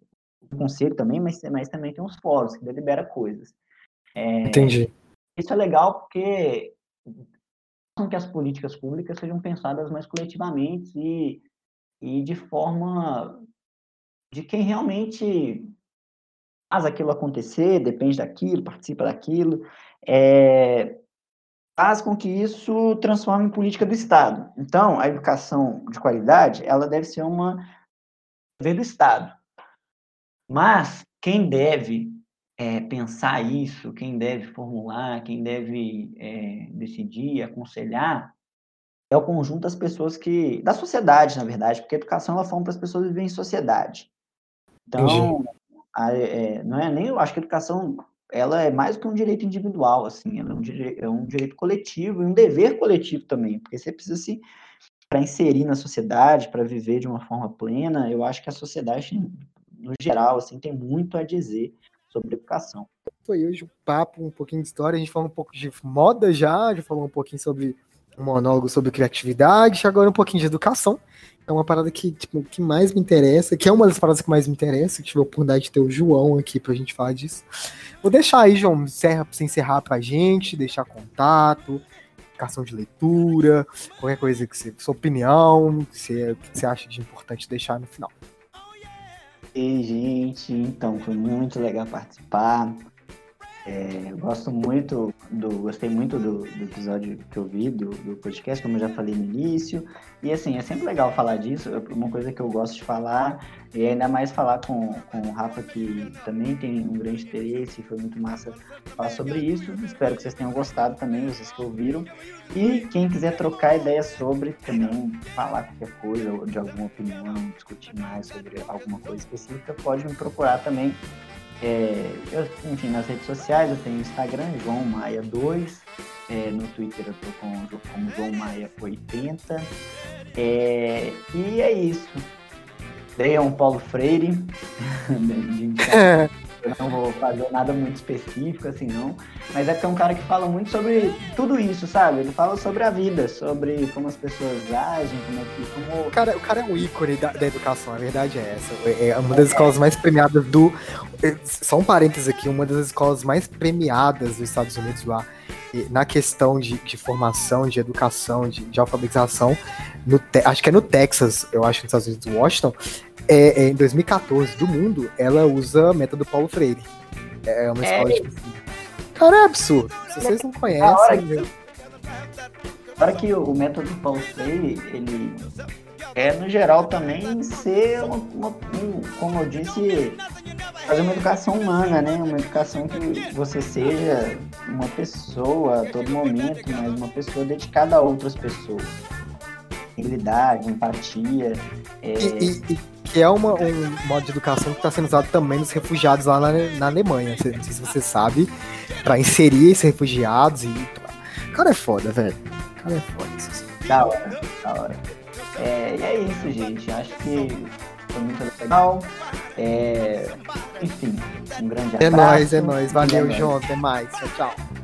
[SPEAKER 3] conselho também, mas também tem uns fóruns que delibera coisas.
[SPEAKER 2] Entendi.
[SPEAKER 3] Isso é legal porque faz com que as políticas públicas sejam pensadas mais coletivamente e de forma de quem realmente faz aquilo acontecer, depende daquilo, participa daquilo, faz com que isso transforme em política do Estado. Então, a educação de qualidade, ela deve ser uma dever do Estado. Mas quem deve pensar isso, quem deve formular, quem deve decidir, aconselhar, é o conjunto das pessoas da sociedade, na verdade, porque a educação ela forma para as pessoas viverem em sociedade. Então, não é nem, eu acho que a educação ela é mais do que um direito individual, assim, ela é um direito coletivo e um dever coletivo também, porque você precisa para inserir na sociedade, para viver de uma forma plena. Eu acho que a sociedade, no geral, assim, tem muito a dizer sobre educação.
[SPEAKER 2] Foi hoje um papo, um pouquinho de história, a gente falou um pouco de moda já falou um pouquinho sobre um monólogo sobre criatividade, agora um pouquinho de educação. É uma parada que mais me interessa, que é uma das paradas que mais me interessa, que tive a oportunidade de ter o João aqui pra gente falar disso. Vou deixar aí, João, pra você encerrar pra gente, deixar contato, indicação de leitura, qualquer coisa que sua opinião, o que você acha de importante deixar no final.
[SPEAKER 3] E, gente, então, foi muito legal participar. Gostei muito do episódio que eu vi, do podcast, como eu já falei no início. E, assim, é sempre legal falar disso, é uma coisa que eu gosto de falar, e ainda mais falar com o Rafa, que também tem um grande interesse, foi muito massa falar sobre isso. Espero que vocês tenham gostado também, vocês que ouviram. E quem quiser trocar ideias sobre, também falar qualquer coisa, ou de alguma opinião, discutir mais sobre alguma coisa específica, pode me procurar também. Enfim, nas redes sociais eu tenho o Instagram, João Maia 2, no Twitter eu tô como João Maia 80, e é isso. Leiam Paulo Freire, eu não vou fazer nada muito específico assim não, mas é porque é um cara que fala muito sobre tudo isso, sabe? Ele fala sobre a vida, sobre como as pessoas agem,
[SPEAKER 2] O cara é um ícone da educação, a verdade é essa. É uma das escolas mais premiadas só um parênteses aqui, uma das escolas mais premiadas dos Estados Unidos lá, na questão de formação, de educação, de alfabetização, acho que é no Texas, eu acho, nos Estados Unidos, Washington, em 2014, do mundo, ela usa método Paulo Freire. É uma escola tipo assim. Cara, é absurdo. Se vocês não conhecem...
[SPEAKER 3] Para que o método Paulo Freire, ele no geral, também ser, como eu disse, fazer uma educação humana, né? Uma educação que você seja uma pessoa a todo momento, mas uma pessoa dedicada a outras pessoas. Habilidade, empatia.
[SPEAKER 2] Que é um modo de educação que está sendo usado também nos refugiados lá na Alemanha. Não sei se você sabe, para inserir esses refugiados Cara, é foda, velho. Cara, é foda isso.
[SPEAKER 3] Da hora. E é isso, gente. Acho que foi muito legal. Enfim, um grande abraço.
[SPEAKER 2] É nóis. Valeu, João. Até mais. Tchau.